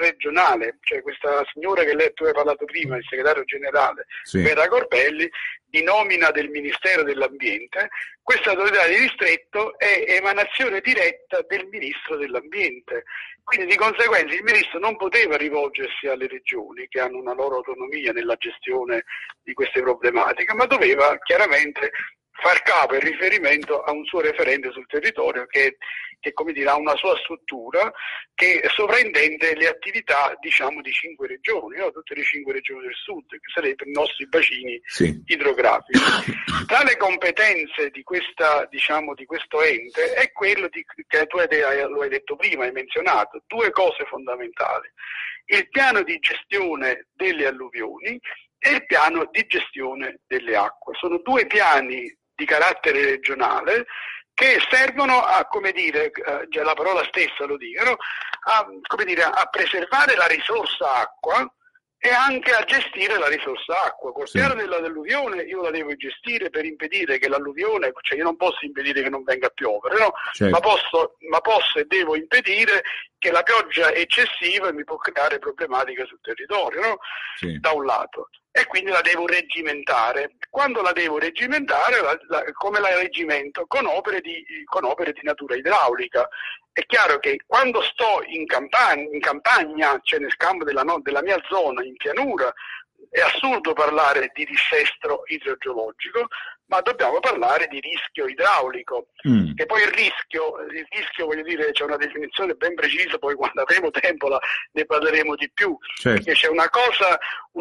interregionale, cioè questa signora che tu hai parlato prima, il segretario generale, sì, Vera Corbelli, di nomina del Ministero dell'Ambiente, questa autorità di distretto è emanazione diretta del Ministro dell'Ambiente. Quindi di conseguenza il Ministro non poteva rivolgersi alle regioni che hanno una loro autonomia nella gestione di queste problematiche, ma doveva chiaramente far capo e riferimento a un suo referente sul territorio che come dire, ha una sua struttura che sovrintende le attività, diciamo, di 5 regioni, no? Tutte le 5 regioni del sud, che sarebbero i nostri bacini idrografici. Tra le competenze di questa, diciamo, di questo ente è quello che tu lo hai detto prima, hai menzionato, 2 cose fondamentali: il piano di gestione delle alluvioni e il piano di gestione delle acque. Sono 2 piani di carattere regionale che servono a, come dire, già la parola stessa lo dicono, a preservare la risorsa acqua e anche a gestire la risorsa acqua. Col piano dell'alluvione io la devo gestire per impedire che l'alluvione, cioè io non posso impedire che non venga a piovere, no? Ma posso e devo impedire che la pioggia eccessiva mi può creare problematiche sul territorio, no? Da un lato. E quindi la devo reggimentare. Quando la devo reggimentare, come la reggimento? Con opere di natura idraulica. È chiaro che quando sto in campagna, cioè nel campo della mia zona, in pianura, è assurdo parlare di dissesto idrogeologico, ma dobbiamo parlare di rischio idraulico, che poi il rischio, voglio dire, c'è una definizione ben precisa, poi quando avremo tempo ne parleremo di più, perché c'è una cosa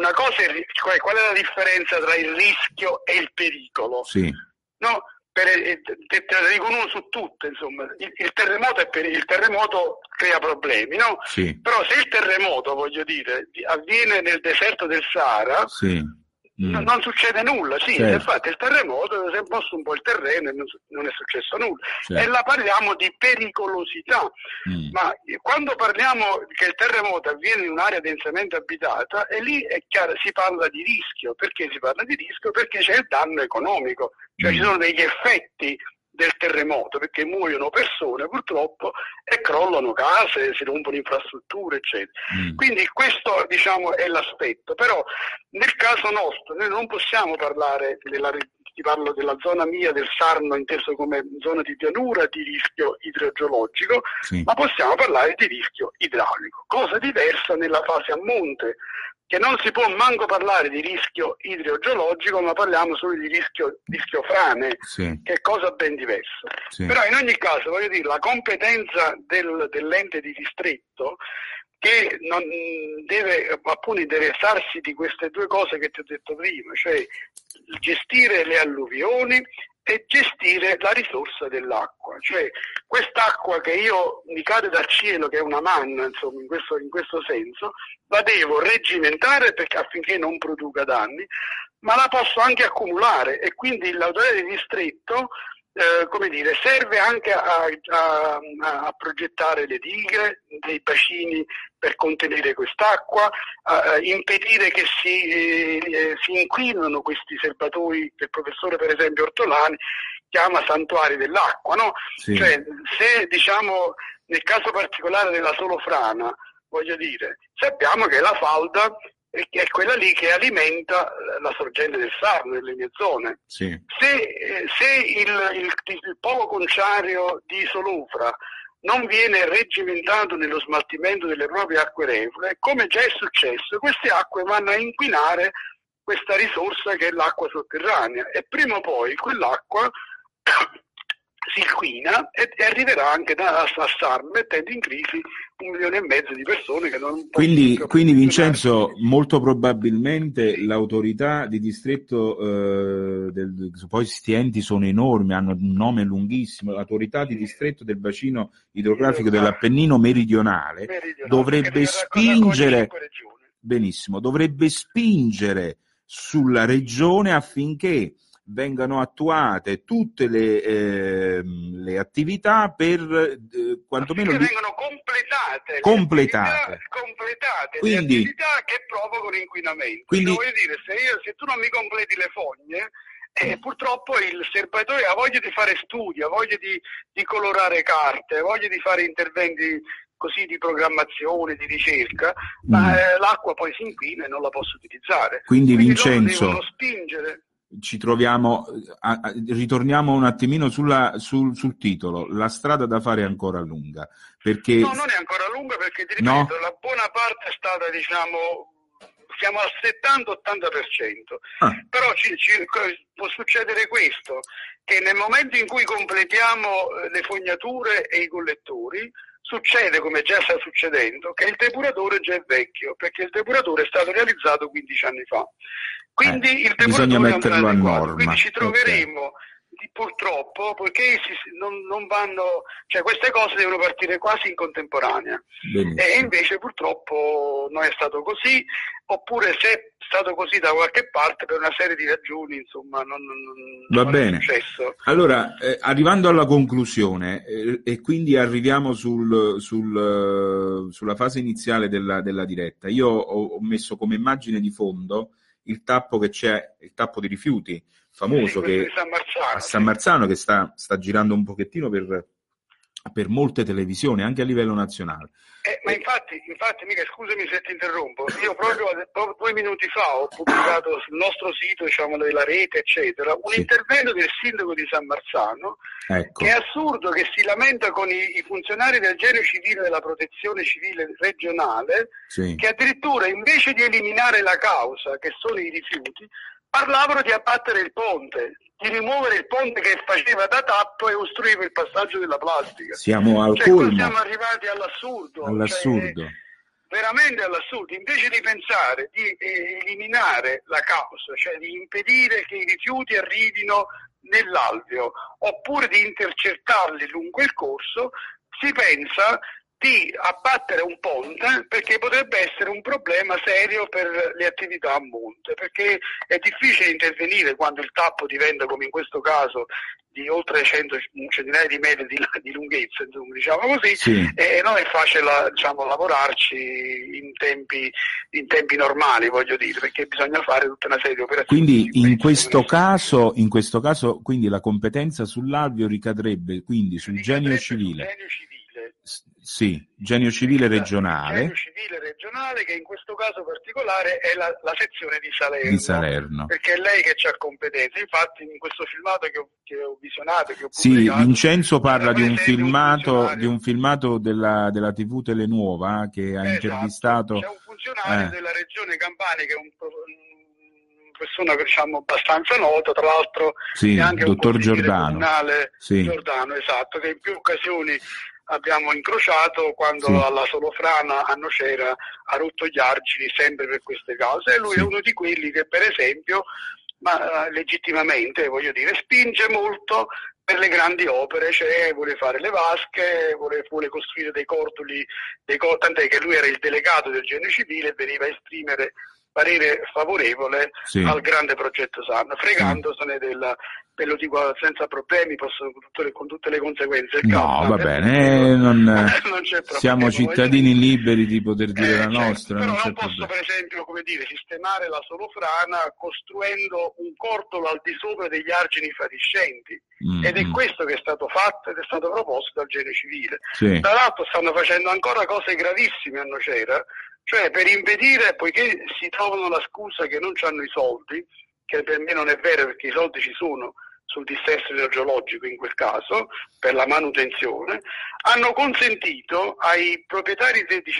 qual è la differenza tra il rischio e il pericolo? No? Te la dico uno su tutte, insomma, il terremoto crea problemi, no? Però se il terremoto, voglio dire, avviene nel deserto del Sahara, non succede nulla, infatti il terremoto si è mosso un po' il terreno e non è successo nulla. E là parliamo di pericolosità, ma quando parliamo che il terremoto avviene in un'area densamente abitata, e lì è chiaro, si parla di rischio. Perché si parla di rischio? Perché c'è il danno economico, cioè ci sono degli effetti del terremoto, perché muoiono persone purtroppo e crollano case, si rompono infrastrutture, eccetera. Quindi questo, diciamo, è l'aspetto. Però nel caso nostro noi non possiamo parlare ti parlo della zona mia del Sarno inteso come zona di pianura di rischio idrogeologico, ma possiamo parlare di rischio idraulico, cosa diversa nella fase a monte, che non si può manco parlare di rischio idrogeologico, ma parliamo solo di rischio frane, che è cosa ben diversa. Però in ogni caso, voglio dire, la competenza dell'ente di distretto, che non deve appunto interessarsi di queste 2 cose che ti ho detto prima, cioè gestire le alluvioni e gestire la risorsa dell'acqua, cioè quest'acqua che mi cade dal cielo, che è una manna, insomma, in questo senso, la devo reggimentare affinché non produca danni, ma la posso anche accumulare, e quindi l'autorità di distretto serve anche a progettare le dighe, dei bacini per contenere quest'acqua, impedire che si inquinino questi serbatoi che il professore, per esempio, Ortolani chiama santuari dell'acqua, no? Cioè, se, diciamo, nel caso particolare della Solofrana, voglio dire, sappiamo che la falda è quella lì che alimenta la sorgente del Sarno nelle mie zone. Se il polo conciario di Solofra non viene reggimentato nello smaltimento delle proprie acque reflue, come già è successo, queste acque vanno a inquinare questa risorsa che è l'acqua sotterranea, e prima o poi quell'acqua si inquina e arriverà anche a Sarno, mettendo in crisi 1,5 milioni di persone che non possono. Quindi Vincenzo, molto probabilmente l'autorità di distretto, poi questi enti sono enormi, hanno un nome lunghissimo, l'autorità di distretto del bacino idrografico dell'Appennino meridionale dovrebbe spingere, dovrebbe spingere sulla regione affinché vengano attuate tutte le attività per quantomeno vengono completate quindi, le attività che provocano inquinamento. Quindi, voglio dire, se tu non mi completi le fogne, purtroppo il serbatoio ha voglia di fare studi, ha voglia di colorare carte, ha voglia di fare interventi così di programmazione, di ricerca, ma l'acqua poi si inquina e non la posso utilizzare. Quindi Vincenzo, devono spingere. ci troviamo, ritorniamo un attimino sul titolo. La strada da fare è ancora lunga, perché... No, non è ancora lunga, perché ti ripeto, no? la buona parte è stata, diciamo, siamo al 70-80%, però può succedere questo, che nel momento in cui completiamo le fognature e i collettori, succede, come già sta succedendo, che il depuratore già è vecchio, perché il depuratore è stato realizzato 15 anni fa. Quindi il bisogna depuratore metterlo a norma. Quindi ci troveremo, purtroppo, poiché non vanno, cioè queste cose devono partire quasi in contemporanea. Benissimo. E invece purtroppo non è stato così, oppure se è stato così da qualche parte per una serie di ragioni, insomma, non bene. È successo. Allora, arrivando alla conclusione, e quindi arriviamo sulla fase iniziale della diretta, io ho messo come immagine di fondo il tappo che c'è, il tappo di rifiuti famoso, sì, che a San Marzano, che sta girando un pochettino per molte televisioni, anche a livello nazionale. Ma infatti, mica, scusami se ti interrompo, io proprio 2 minuti fa ho pubblicato sul nostro sito, diciamo, della rete, eccetera, un intervento del sindaco di San Marzano, ecco, che è assurdo, che si lamenta con i funzionari del genio civile della protezione civile regionale, che addirittura invece di eliminare la causa, che sono i rifiuti, parlavano di abbattere il ponte, di rimuovere il ponte che faceva da tappo e ostruiva il passaggio della plastica. Siamo al colmo. Siamo arrivati all'assurdo. All'assurdo. Veramente all'assurdo. Invece di pensare di eliminare la causa, cioè di impedire che i rifiuti arrivino nell'alveo, oppure di intercettarli lungo il corso, si pensa di abbattere un ponte, perché potrebbe essere un problema serio per le attività a monte, perché è difficile intervenire quando il tappo diventa, come in questo caso, di oltre 100 centinaia di metri di lunghezza, insomma, diciamo così, e non è facile, diciamo, lavorarci in tempi normali, voglio dire, perché bisogna fare tutta una serie di operazioni. Quindi in questo caso, quindi la competenza sull'alveo ricadrebbe quindi sul genio civile. Sì, genio civile regionale. Genio civile regionale, che in questo caso particolare è la sezione di Salerno. Perché è lei che ha competenza. Infatti in questo filmato che ho visionato, che ho pubblicato, Vincenzo parla di un filmato della TV Telenuova che ha intervistato. C'è un funzionario della regione Campania che è una persona, diciamo, abbastanza nota, tra l'altro è anche dottor un Giordano. Comunale, Giordano, esatto, che in più occasioni abbiamo incrociato quando alla Solofrana a Nocera ha rotto gli argini sempre per queste cause, e lui è uno di quelli che, per esempio, ma legittimamente, voglio dire, spinge molto per le grandi opere, cioè vuole fare le vasche, vuole costruire dei cordoli, tant'è che lui era il delegato del genio civile e veniva a esprimere parere favorevole al grande progetto SAN, fregandosene ve lo dico senza problemi, con tutte le conseguenze. Va bene, non c'è problema, siamo cittadini liberi di poter dire la nostra. Però non posso, per esempio, come dire, sistemare la Solofrana costruendo un cordolo al di sopra degli argini fatiscenti. Ed è questo che è stato fatto ed è stato proposto dal genio civile. Tra l'altro stanno facendo ancora cose gravissime a Nocera, cioè per impedire, poiché si trovano la scusa che non hanno i soldi, che per me non è vero, perché i soldi ci sono sul dissesto idrogeologico in quel caso, per la manutenzione, hanno consentito ai proprietari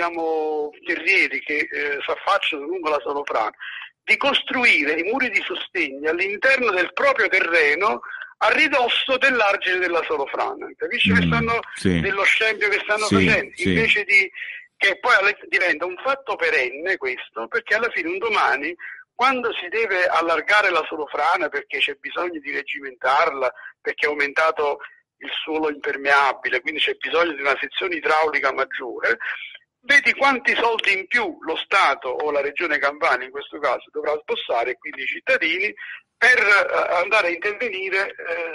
terrieri che si affacciano lungo la Solofrana di costruire i muri di sostegno all'interno del proprio terreno a ridosso dell'argine della Solofrana. Capisci che stanno dello scempio che stanno facendo? Invece di che poi diventa un fatto perenne questo, perché alla fine un domani, quando si deve allargare la Solofrana perché c'è bisogno di regimentarla, perché è aumentato il suolo impermeabile, quindi c'è bisogno di una sezione idraulica maggiore, vedi quanti soldi in più lo Stato o la Regione Campania in questo caso dovrà sbossare, e quindi i cittadini, per andare a intervenire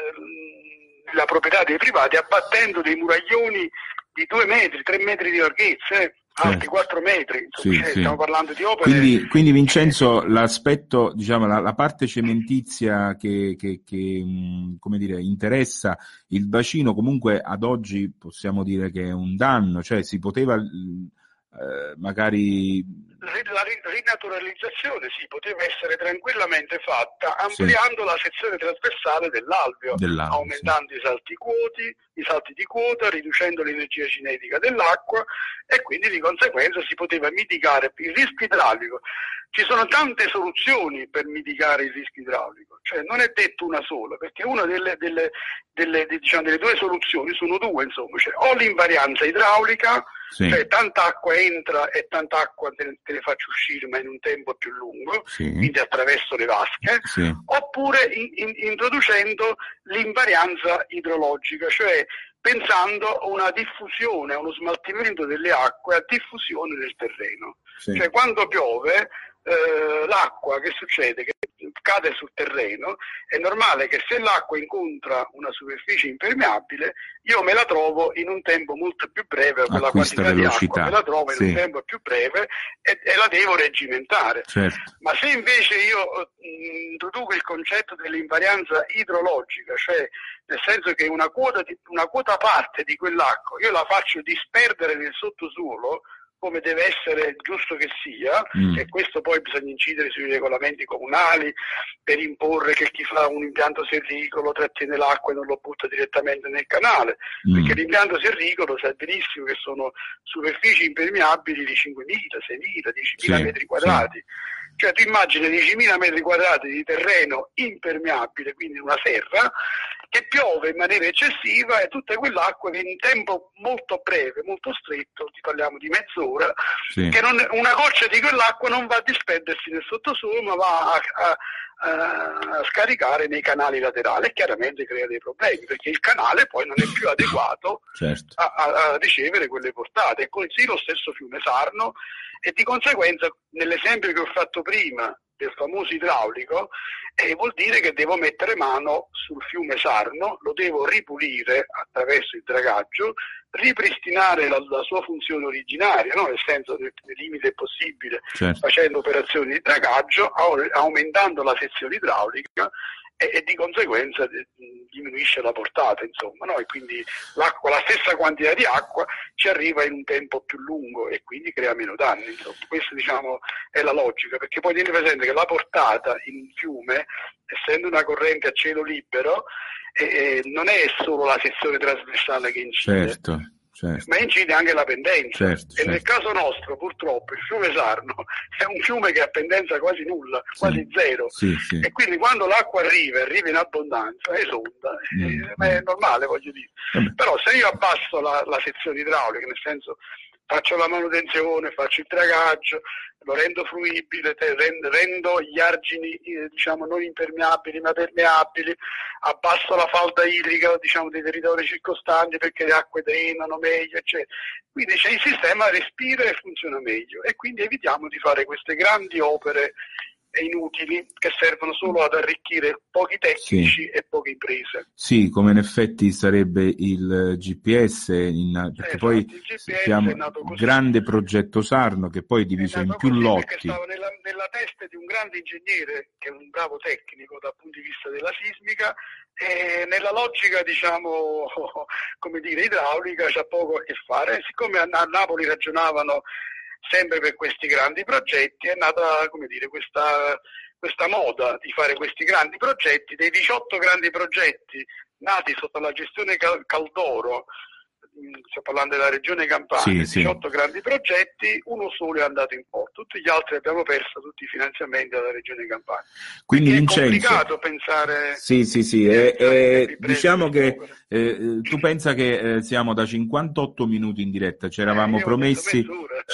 la proprietà dei privati abbattendo dei muraglioni di 2 metri, 3 metri di larghezza, alti 4 metri, insomma, stiamo parlando di opere. Quindi Vincenzo, l'aspetto, diciamo, la parte cementizia che come dire, interessa il bacino, comunque ad oggi possiamo dire che è un danno, cioè si poteva magari La rinaturalizzazione poteva essere tranquillamente fatta ampliando la sezione trasversale dell'alveo, aumentando i salti di quota, riducendo l'energia cinetica dell'acqua, e quindi di conseguenza si poteva mitigare il rischio idraulico. Ci sono tante soluzioni per mitigare il rischio idraulico, cioè non è detto una sola, perché una delle due soluzioni sono due, insomma, cioè o l'invarianza idraulica, cioè tanta acqua entra e tanta acqua te ne faccio uscire, ma in un tempo più lungo, quindi attraverso le vasche, oppure introducendo l'invarianza idrologica, cioè pensando a una diffusione, a uno smaltimento delle acque a diffusione del terreno. Cioè quando piove l'acqua, che succede? Che cade sul terreno, è normale che se l'acqua incontra una superficie impermeabile, io me la trovo in un tempo molto più breve, quella quantità di acqua me la trovo in un tempo più breve e la devo reggimentare. Ma se invece io introduco il concetto dell'invarianza idrologica, cioè nel senso che una quota parte di quell'acqua io la faccio disperdere nel sottosuolo, come deve essere giusto che sia, e questo poi bisogna incidere sui regolamenti comunali per imporre che chi fa un impianto serricolo trattiene l'acqua e non lo butta direttamente nel canale, perché l'impianto serricolo sa benissimo che sono superfici impermeabili di 5.000, 6.000, 10.000 metri quadrati. Cioè tu immagini 10.000 metri quadrati di terreno impermeabile, quindi una serra, che piove in maniera eccessiva e tutta quell'acqua che in tempo molto breve, molto stretto, ti parliamo di mezz'ora, che una goccia di quell'acqua non va a disperdersi nel sottosuolo, ma va a scaricare nei canali laterali, e chiaramente crea dei problemi, perché il canale poi non è più adeguato a ricevere quelle portate. E così lo stesso fiume Sarno, e di conseguenza nell'esempio che ho fatto prima del famoso idraulico, vuol dire che devo mettere mano sul fiume Sarno, lo devo ripulire attraverso il dragaggio, ripristinare la sua funzione originaria, no? Nel senso nel limite possibile, facendo operazioni di dragaggio, aumentando la sezione idraulica e di conseguenza diminuisce la portata, insomma, no? E quindi l'acqua, la stessa quantità di acqua ci arriva in un tempo più lungo e quindi crea meno danni, insomma. Questa, diciamo, è la logica, perché poi tieni presente che la portata in un fiume, essendo una corrente a cielo libero, non è solo la sezione trasversale che incide, ma incide anche la pendenza. E nel caso nostro, purtroppo, il fiume Sarno è un fiume che ha pendenza quasi nulla, quasi zero, e quindi quando l'acqua arriva in abbondanza, esonda, ma è normale, voglio dire. Però se io abbasso la sezione idraulica, nel senso faccio la manutenzione, faccio il dragaggio, lo rendo fruibile, rendo gli argini diciamo non impermeabili ma permeabili, abbasso la falda idrica, diciamo, dei territori circostanti perché le acque drenano meglio, eccetera. Quindi il sistema respira e funziona meglio, e quindi evitiamo di fare queste grandi opere inutili che servono solo ad arricchire pochi tecnici e poche imprese. Sì, come in effetti sarebbe il GPS, perché poi abbiamo il grande progetto Sarno che poi è diviso in più lotti. Che stava nella testa di un grande ingegnere, che è un bravo tecnico dal punto di vista della sismica, e nella logica, diciamo, come dire, idraulica c'ha poco a che fare. E siccome a Napoli ragionavano sempre per questi grandi progetti, è nata, come dire, questa moda di fare questi grandi progetti. Dei 18 grandi progetti nati sotto la gestione Caldoro, sto parlando della regione Campania, 18 grandi progetti, uno solo è andato in porto, tutti gli altri abbiamo perso tutti i finanziamenti dalla regione Campania. Quindi Vincenzo, è complicato pensare. Diciamo che tu pensa che siamo da 58 minuti in diretta, ci eravamo promessi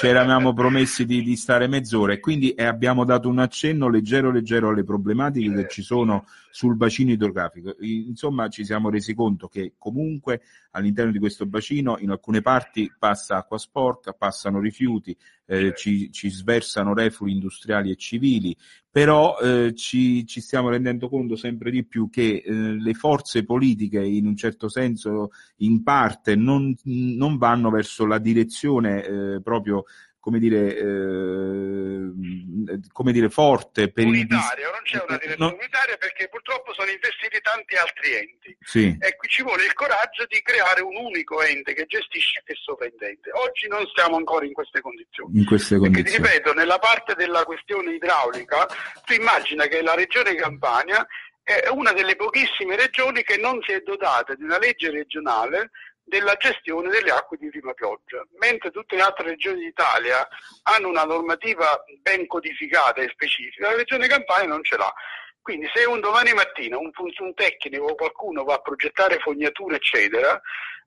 di stare mezz'ora, e quindi abbiamo dato un accenno leggero alle problematiche che ci sono sul bacino idrografico. Insomma, ci siamo resi conto che comunque all'interno di questo bacino in alcune parti passa acqua sporca, passano rifiuti, ci sversano reflui industriali e civili, però ci stiamo rendendo conto sempre di più che le forze politiche, in un certo senso, in parte non vanno verso la direzione proprio forte per unitaria, non c'è una direzione unitaria, perché purtroppo sono investiti tanti altri enti, sì. E qui ci vuole il coraggio di creare un unico ente che gestisce e sovrintende. Oggi non siamo ancora in queste condizioni. Perché ti ripeto, nella parte della questione idraulica, tu immagina che la regione Campania è una delle pochissime regioni che non si è dotata di una legge regionale della gestione delle acque di prima pioggia, mentre tutte le altre regioni d'Italia hanno una normativa ben codificata e specifica, la regione Campania non ce l'ha. Quindi se un domani mattina un tecnico o qualcuno va a progettare fognature eccetera,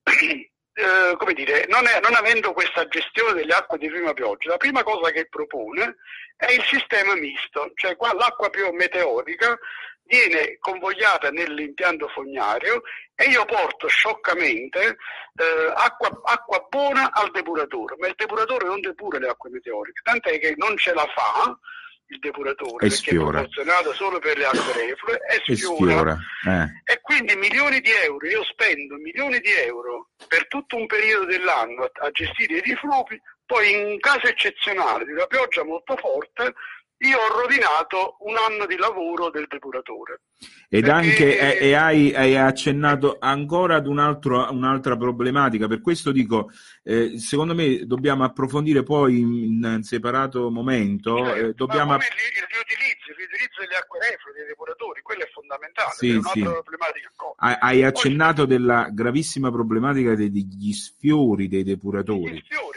non avendo questa gestione delle acque di prima pioggia, la prima cosa che propone è il sistema misto, cioè qua l'acqua più meteorica viene convogliata nell'impianto fognario e io porto scioccamente acqua buona al depuratore, ma il depuratore non depura le acque meteoriche, tant'è che non ce la fa il depuratore, perché è proporzionato solo per le acque reflue, e sfiora. E quindi io spendo milioni di euro per tutto un periodo dell'anno a gestire i rifluvi, poi in caso eccezionale di una pioggia molto forte io ho rovinato un anno di lavoro del depuratore. Ed perché... anche hai accennato ancora ad un'altra problematica, per questo dico, secondo me dobbiamo approfondire poi in separato momento. Dobbiamo... Ma come il riutilizzo delle acque reflue dei depuratori, quello è fondamentale, è un'altra problematica ancora. Hai accennato della gravissima problematica degli sfiori dei depuratori. Gli sfiori,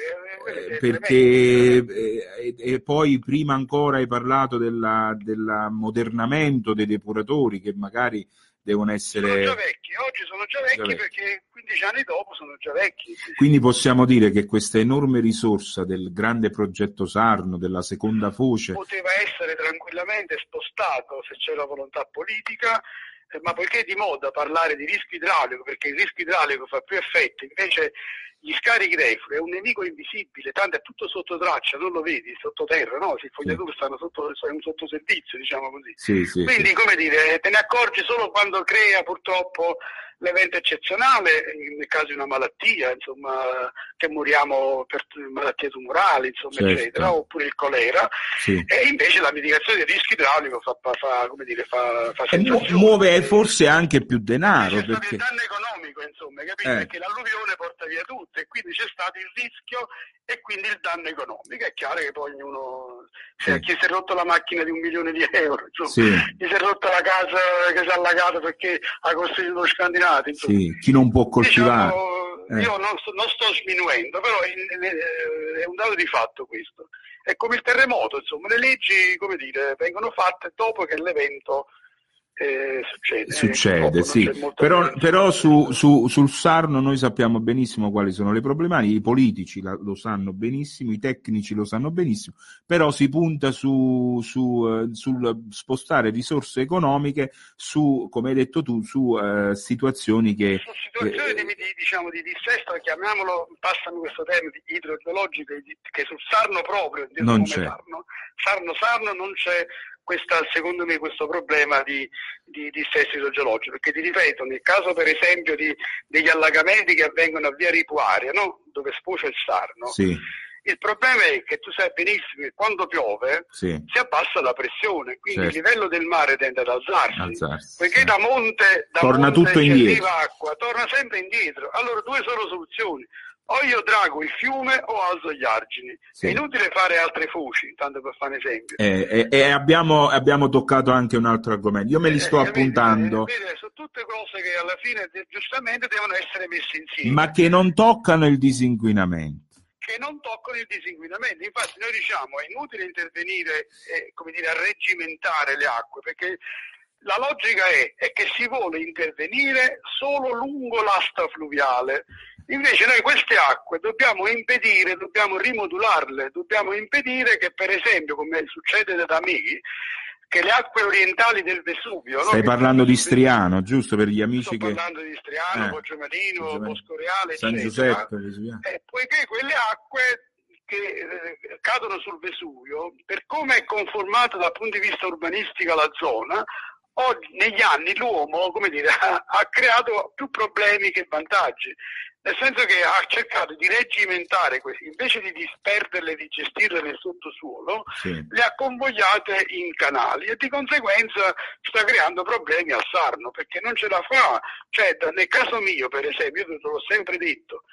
perché e poi prima ancora hai parlato dell'ammodernamento dei depuratori che magari devono essere... Oggi sono già vecchi perché 15 anni dopo sono già vecchi. Quindi possiamo dire che questa enorme risorsa del grande progetto Sarno, della seconda foce... poteva essere tranquillamente spostato se c'è la volontà politica, ma poiché è di moda parlare di rischio idraulico, perché il rischio idraulico fa più effetti, invece gli scarichi reflui è un nemico invisibile, tanto è tutto sotto traccia, non lo vedi, sottoterra, no? Se i fognatori stanno sotto, è un sottoservizio, diciamo così. Quindi, come dire, te ne accorgi solo quando crea purtroppo l'evento eccezionale, nel caso di una malattia, insomma, che moriamo per malattie tumorali, insomma, eccetera, oppure il colera, e invece la mitigazione del rischio idraulico fa sensazione. Muove forse anche più denaro. C'è stato il danno economico, insomma, capito? Perché l'alluvione porta via tutto e quindi c'è stato il rischio e quindi il danno economico. È chiaro che poi ognuno, chi si è rotto la macchina di 1 milione di euro, insomma, chi si è rotta la casa che si è allagata perché ha costruito lo scandinavo. Chi non può coltivare. Io non sto sminuendo, però è un dato di fatto questo. È come il terremoto, insomma, le leggi, come dire, vengono fatte dopo che l'evento succede, sì. Però sul Sarno noi sappiamo benissimo quali sono le problematiche, i politici lo sanno benissimo, i tecnici lo sanno benissimo, però si punta sul spostare risorse economiche su, come hai detto tu, su situazioni che... Su situazioni di dissesto, chiamiamolo, passami questo termine, idrogeologico, che sul Sarno proprio, non c'è. Sarno non c'è secondo me questo problema di dissesto idrogeologico, perché ti ripeto, nel caso per esempio degli allagamenti che avvengono a via Ripuaria, no? Dove sfocia il Sarno, il problema è che tu sai benissimo che quando piove si abbassa la pressione, quindi il livello del mare tende ad alzarsi. Perché da monte torna tutto indietro, arriva acqua, torna sempre indietro. Allora due sono soluzioni: o io drago il fiume o alzo gli argini. È inutile fare altre foci, tanto per fare un esempio. E abbiamo toccato anche un altro argomento. Io me li sto appuntando. Sono tutte cose che alla fine giustamente devono essere messe insieme. Ma che non toccano il disinquinamento. Infatti noi diciamo è inutile intervenire a reggimentare le acque, perché la logica è che si vuole intervenire solo lungo l'asta fluviale. Invece noi queste acque dobbiamo impedire, dobbiamo rimodularle, dobbiamo impedire che, per esempio, come succede da me, che le acque orientali del Vesuvio... Stai parlando di Striano, giusto, per gli amici Sto parlando di Striano, Poggiomarino, Bosco Reale, San eccetera. Giuseppe, poiché quelle acque che cadono sul Vesuvio, per come è conformata dal punto di vista urbanistico la zona, negli anni l'uomo, ha creato più problemi che vantaggi. nel senso che ha cercato di reggimentare questi, invece di disperderle, di gestirle nel sottosuolo, le ha convogliate in canali e di conseguenza sta creando problemi al Sarno, perché non ce la fa. Cioè, nel caso mio, per esempio, io te l'ho sempre detto,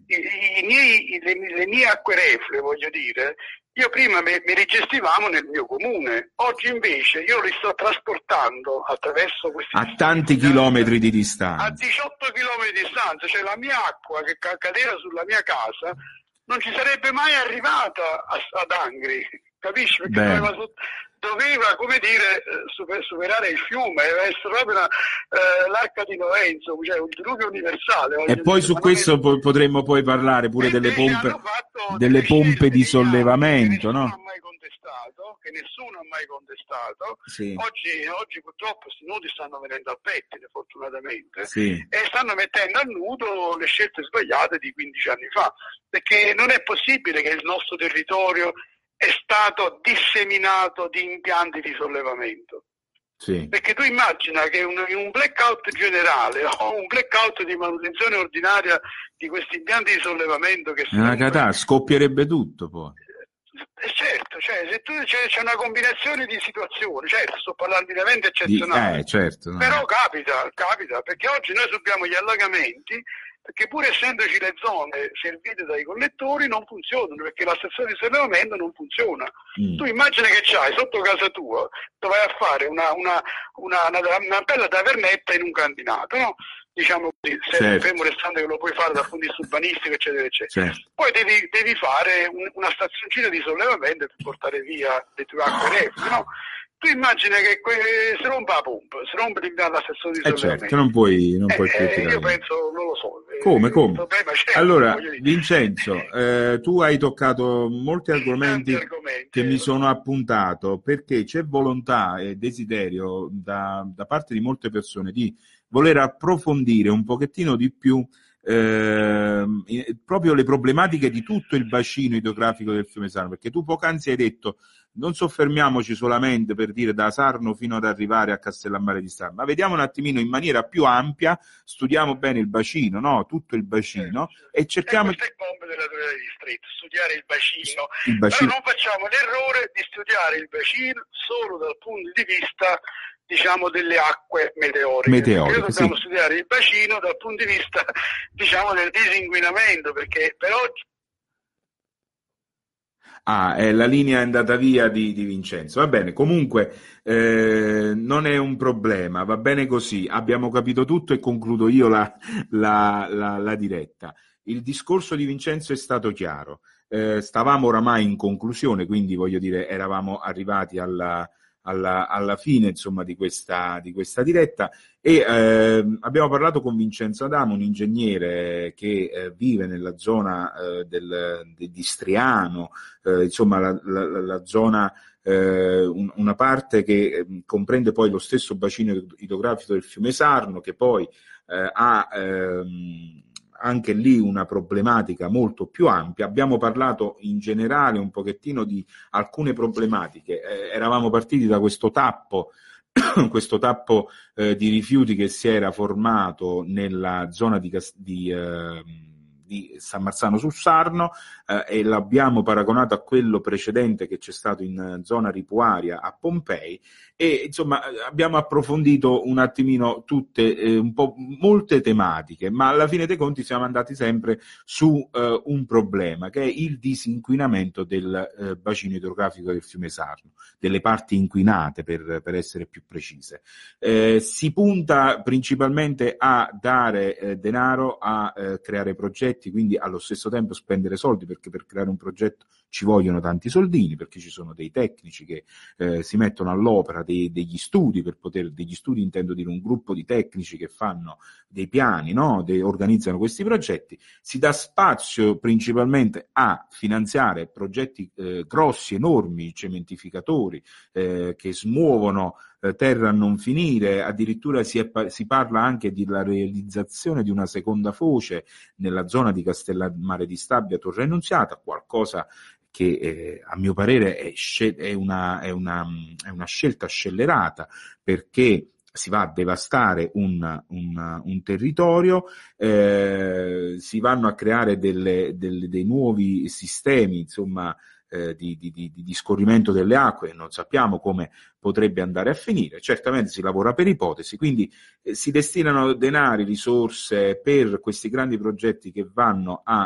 le mie acque reflue, voglio dire, io prima me li gestivamo nel mio comune, oggi invece io li sto trasportando attraverso questi a tanti chilometri di distanza. A 18 chilometri di distanza, cioè la mia acqua che cadeva sulla mia casa non ci sarebbe mai arrivata ad Angri, capisci? Perché doveva, come dire, superare il fiume, deve essere proprio l'arca di Noè, insomma, cioè un diluvio universale. E poi su questo potremmo poi parlare pure delle pompe di sollevamento, no? Che nessuno ha mai contestato. Oggi purtroppo questi nodi stanno venendo al pettine, fortunatamente, e stanno mettendo a nudo le scelte sbagliate di 15 anni fa, perché non è possibile che il nostro territorio è stato disseminato di impianti di sollevamento. Perché tu immagina che in un blackout generale o un blackout di manutenzione ordinaria di questi impianti di sollevamento che sono... Una catastrofe, scoppierebbe tutto poi. Certo, cioè se tu c'è una combinazione di situazioni, certo, sto parlando di eventi eccezionali, certo, però capita, perché oggi noi subiamo gli allagamenti, perché pur essendoci le zone servite dai collettori non funzionano, perché la stazione di sollevamento non funziona. Tu immagina che c'hai sotto casa tua, dove vai a fare una bella tavernetta in un cantinato, no? Diciamo così, fermo restando che lo puoi fare dal punto di vista urbanistico, eccetera, eccetera. Poi devi fare una stazioncina di sollevamento per portare via le tue acque reflue, no? Tu immagina che si rompe la pompa, si rompe l'impianto della stazione di sollevamento. Certo, non puoi più io penso, non lo so. Come? Allora, Vincenzo, tu hai toccato molti argomenti che mi sono appuntato, perché c'è volontà e desiderio da parte di molte persone di voler approfondire un pochettino di più proprio le problematiche di tutto il bacino idrografico del fiume Sarno, perché tu poc'anzi hai detto non soffermiamoci solamente, per dire, da Sarno fino ad arrivare a Castellammare di Stabia, ma vediamo un attimino in maniera più ampia, studiamo bene il bacino, no? Tutto il bacino, e cerchiamo... Questo è il compito dell'autorità di distretto, studiare il bacino. Però non facciamo l'errore di studiare il bacino solo dal punto di vista, diciamo, delle acque meteoriche. Dobbiamo studiare il bacino dal punto di vista, diciamo, del disinquinamento, perché per oggi... La linea è andata via di Vincenzo. Va bene, comunque non è un problema, va bene così, abbiamo capito tutto e concludo io la diretta. Il discorso di Vincenzo è stato chiaro, stavamo oramai in conclusione, quindi voglio dire eravamo arrivati alla fine, insomma, di questa diretta, e abbiamo parlato con Vincenzo Adamo, un ingegnere che vive nella zona di Striano, insomma la zona, una parte che comprende poi lo stesso bacino idrografico del fiume Sarno, che poi ha anche lì una problematica molto più ampia. Abbiamo parlato in generale un pochettino di alcune problematiche, eravamo partiti da questo tappo di rifiuti che si era formato nella zona di San Marzano sul Sarno, e l'abbiamo paragonato a quello precedente che c'è stato in zona ripuaria a Pompei, e insomma abbiamo approfondito un attimino molte tematiche, ma alla fine dei conti siamo andati sempre su un problema, che è il disinquinamento del bacino idrografico del fiume Sarno, delle parti inquinate per essere più precise. Si punta principalmente a dare denaro, a creare progetti, quindi allo stesso tempo spendere soldi, perché per creare un progetto ci vogliono tanti soldini, perché ci sono dei tecnici che si mettono all'opera, degli studi, degli studi intendo dire un gruppo di tecnici che fanno dei piani, no? Organizzano questi progetti. Si dà spazio principalmente a finanziare progetti grossi, enormi, cementificatori che smuovono terra a non finire, addirittura si parla anche della realizzazione di una seconda foce nella zona di Castellammare di Stabia, Torre Annunziata, qualcosa che a mio parere è una scelta scellerata, perché si va a devastare un territorio, si vanno a creare dei nuovi sistemi, insomma, di scorrimento delle acque, non sappiamo come potrebbe andare a finire. Certamente si lavora per ipotesi, quindi si destinano denari, risorse per questi grandi progetti che vanno a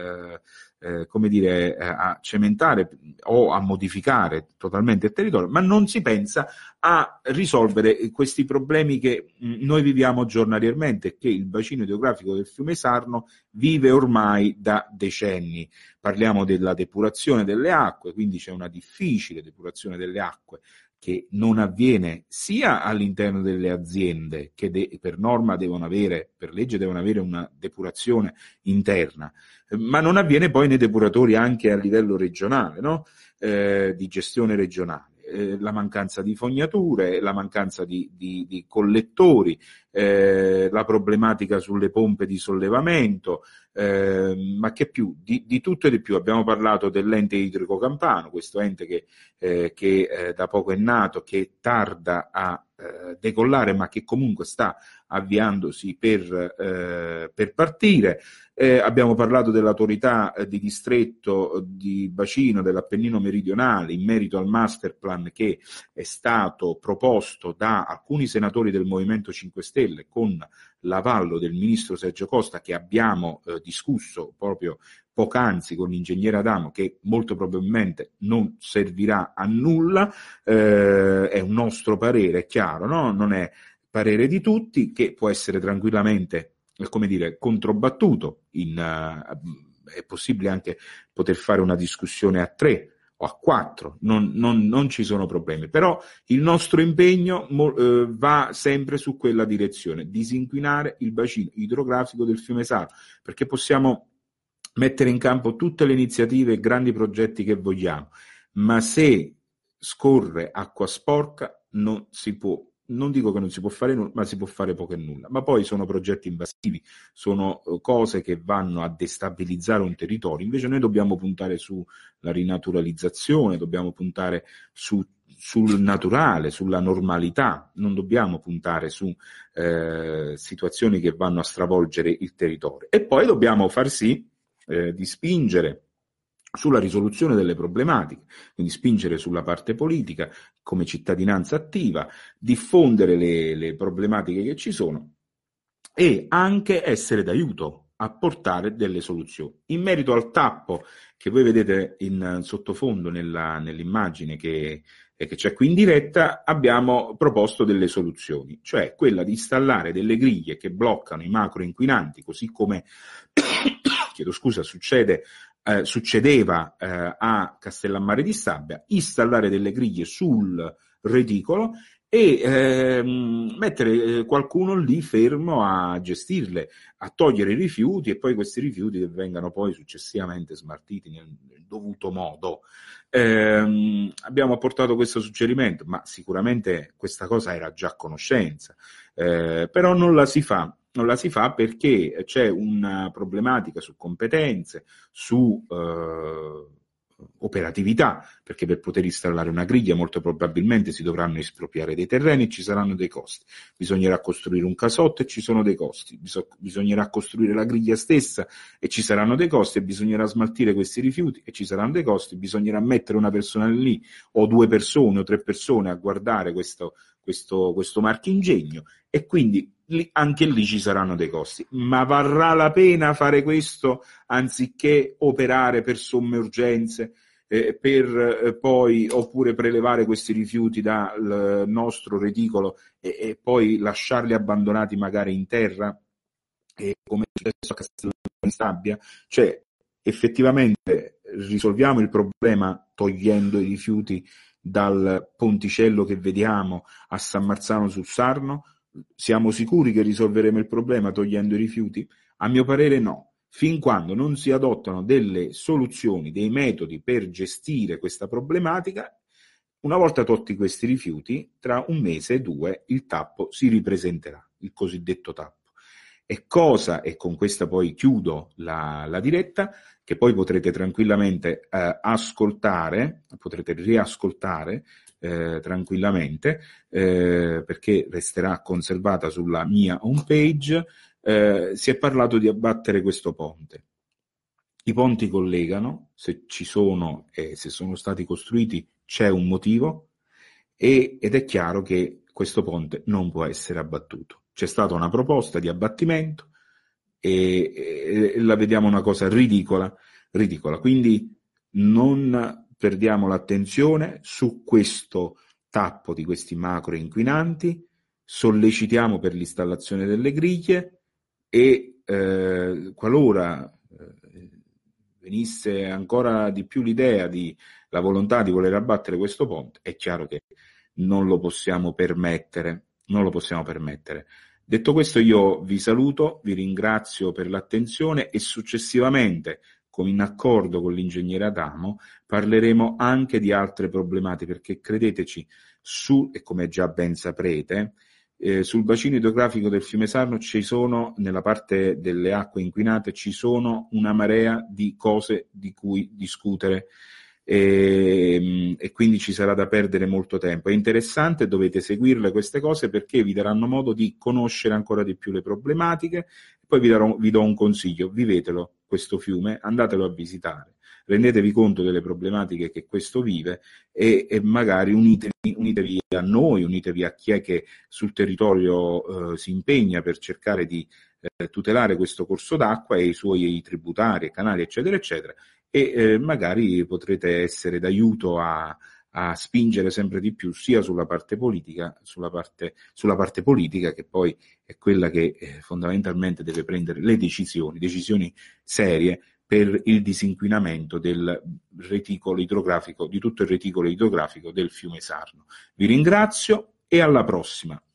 come dire, a cementare o a modificare totalmente il territorio, ma non si pensa a risolvere questi problemi che noi viviamo giornaliamente, che il bacino idrografico del fiume Sarno vive ormai da decenni. Parliamo della depurazione delle acque, quindi c'è una difficile depurazione delle acque che non avviene sia all'interno delle aziende, che per norma devono avere, per legge devono avere una depurazione interna, ma non avviene poi nei depuratori anche a livello regionale, no? Di gestione regionale. La mancanza di fognature, la mancanza di collettori, la problematica sulle pompe di sollevamento, ma che più? Di tutto e di più. Abbiamo parlato dell'ente idrico campano, questo ente che da poco è nato, che tarda a decollare, ma che comunque sta avviandosi per partire. Abbiamo parlato dell'autorità di distretto di bacino dell'Appennino meridionale in merito al master plan che è stato proposto da alcuni senatori del Movimento 5 Stelle con l'avallo del ministro Sergio Costa, che abbiamo discusso proprio poc'anzi con l'ingegnere Adamo, che molto probabilmente non servirà a nulla. È un nostro parere, è chiaro, no? Non è parere di tutti, che può essere tranquillamente, come dire, controbattuto. È possibile anche poter fare una discussione a 3 o a 4, non ci sono problemi, però il nostro impegno va sempre su quella direzione: disinquinare il bacino idrografico del fiume Sarno, perché possiamo mettere in campo tutte le iniziative e grandi progetti che vogliamo, ma se scorre acqua sporca non si può. Non dico che non si può fare nulla, ma si può fare poco e nulla. Ma poi sono progetti invasivi, sono cose che vanno a destabilizzare un territorio. Invece noi dobbiamo puntare sulla rinaturalizzazione, dobbiamo puntare sul naturale, sulla normalità, non dobbiamo puntare su situazioni che vanno a stravolgere il territorio. E poi dobbiamo far sì di spingere sulla risoluzione delle problematiche, quindi spingere sulla parte politica come cittadinanza attiva, diffondere le problematiche che ci sono e anche essere d'aiuto a portare delle soluzioni. In merito al tappo che voi vedete in sottofondo nell'immagine che c'è qui in diretta, abbiamo proposto delle soluzioni, cioè quella di installare delle griglie che bloccano i macro inquinanti, così come chiedo scusa, succedeva a Castellammare di Stabia, installare delle griglie sul reticolo e mettere qualcuno lì fermo a gestirle, a togliere i rifiuti, e poi questi rifiuti che vengano poi successivamente smaltiti nel dovuto modo. Abbiamo apportato questo suggerimento, ma sicuramente questa cosa era già a conoscenza, però non la si fa. Non la si fa perché c'è una problematica su competenze, su operatività, perché per poter installare una griglia molto probabilmente si dovranno espropriare dei terreni e ci saranno dei costi. Bisognerà costruire un casotto e ci sono dei costi. Bisognerà costruire la griglia stessa e ci saranno dei costi, e bisognerà smaltire questi rifiuti e ci saranno dei costi. Bisognerà mettere una persona lì o 2 persone o 3 persone a guardare questo marchingegno, e quindi anche lì ci saranno dei costi. Ma varrà la pena fare questo anziché operare per somme urgenze per poi oppure prelevare questi rifiuti dal nostro reticolo e poi lasciarli abbandonati magari in terra, come è successo a Castellammare di Stabia? Cioè, effettivamente risolviamo il problema togliendo i rifiuti dal ponticello che vediamo a San Marzano sul Sarno? Siamo sicuri che risolveremo il problema togliendo i rifiuti? A mio parere no. Fin quando non si adottano delle soluzioni, dei metodi per gestire questa problematica, una volta tolti questi rifiuti, tra 1 mese e 2 il tappo si ripresenterà, il cosiddetto tappo. e con questa poi chiudo la diretta, che poi potrete tranquillamente ascoltare, potrete riascoltare tranquillamente, perché resterà conservata sulla mia homepage. Si è parlato di abbattere questo ponte. I ponti collegano, se ci sono e se sono stati costruiti c'è un motivo, ed è chiaro che questo ponte non può essere abbattuto. C'è stata una proposta di abbattimento e la vediamo una cosa ridicola, quindi non perdiamo l'attenzione su questo tappo di questi macro inquinanti, sollecitiamo per l'installazione delle griglie e qualora venisse ancora di più l'idea di la volontà di voler abbattere questo ponte, è chiaro che non lo possiamo permettere. Detto questo, io vi saluto, vi ringrazio per l'attenzione e successivamente, in accordo con l'ingegnere Adamo, parleremo anche di altre problematiche, perché credeteci, e come già ben saprete, sul bacino idrografico del fiume Sarno ci sono, nella parte delle acque inquinate, ci sono una marea di cose di cui discutere. E quindi ci sarà da perdere molto tempo. È interessante, dovete seguirle queste cose, perché vi daranno modo di conoscere ancora di più le problematiche. Poi vi do un consiglio: vivetelo questo fiume, andatelo a visitare, rendetevi conto delle problematiche che questo vive e magari unitevi a noi, unitevi a chi è che sul territorio si impegna per cercare di tutelare questo corso d'acqua e i suoi tributari, canali, eccetera, eccetera, e magari potrete essere d'aiuto a spingere sempre di più sia sulla parte politica, sulla parte politica, che poi è quella che fondamentalmente deve prendere le decisioni serie per il disinquinamento del reticolo idrografico, di tutto il reticolo idrografico del fiume Sarno. Vi ringrazio e alla prossima.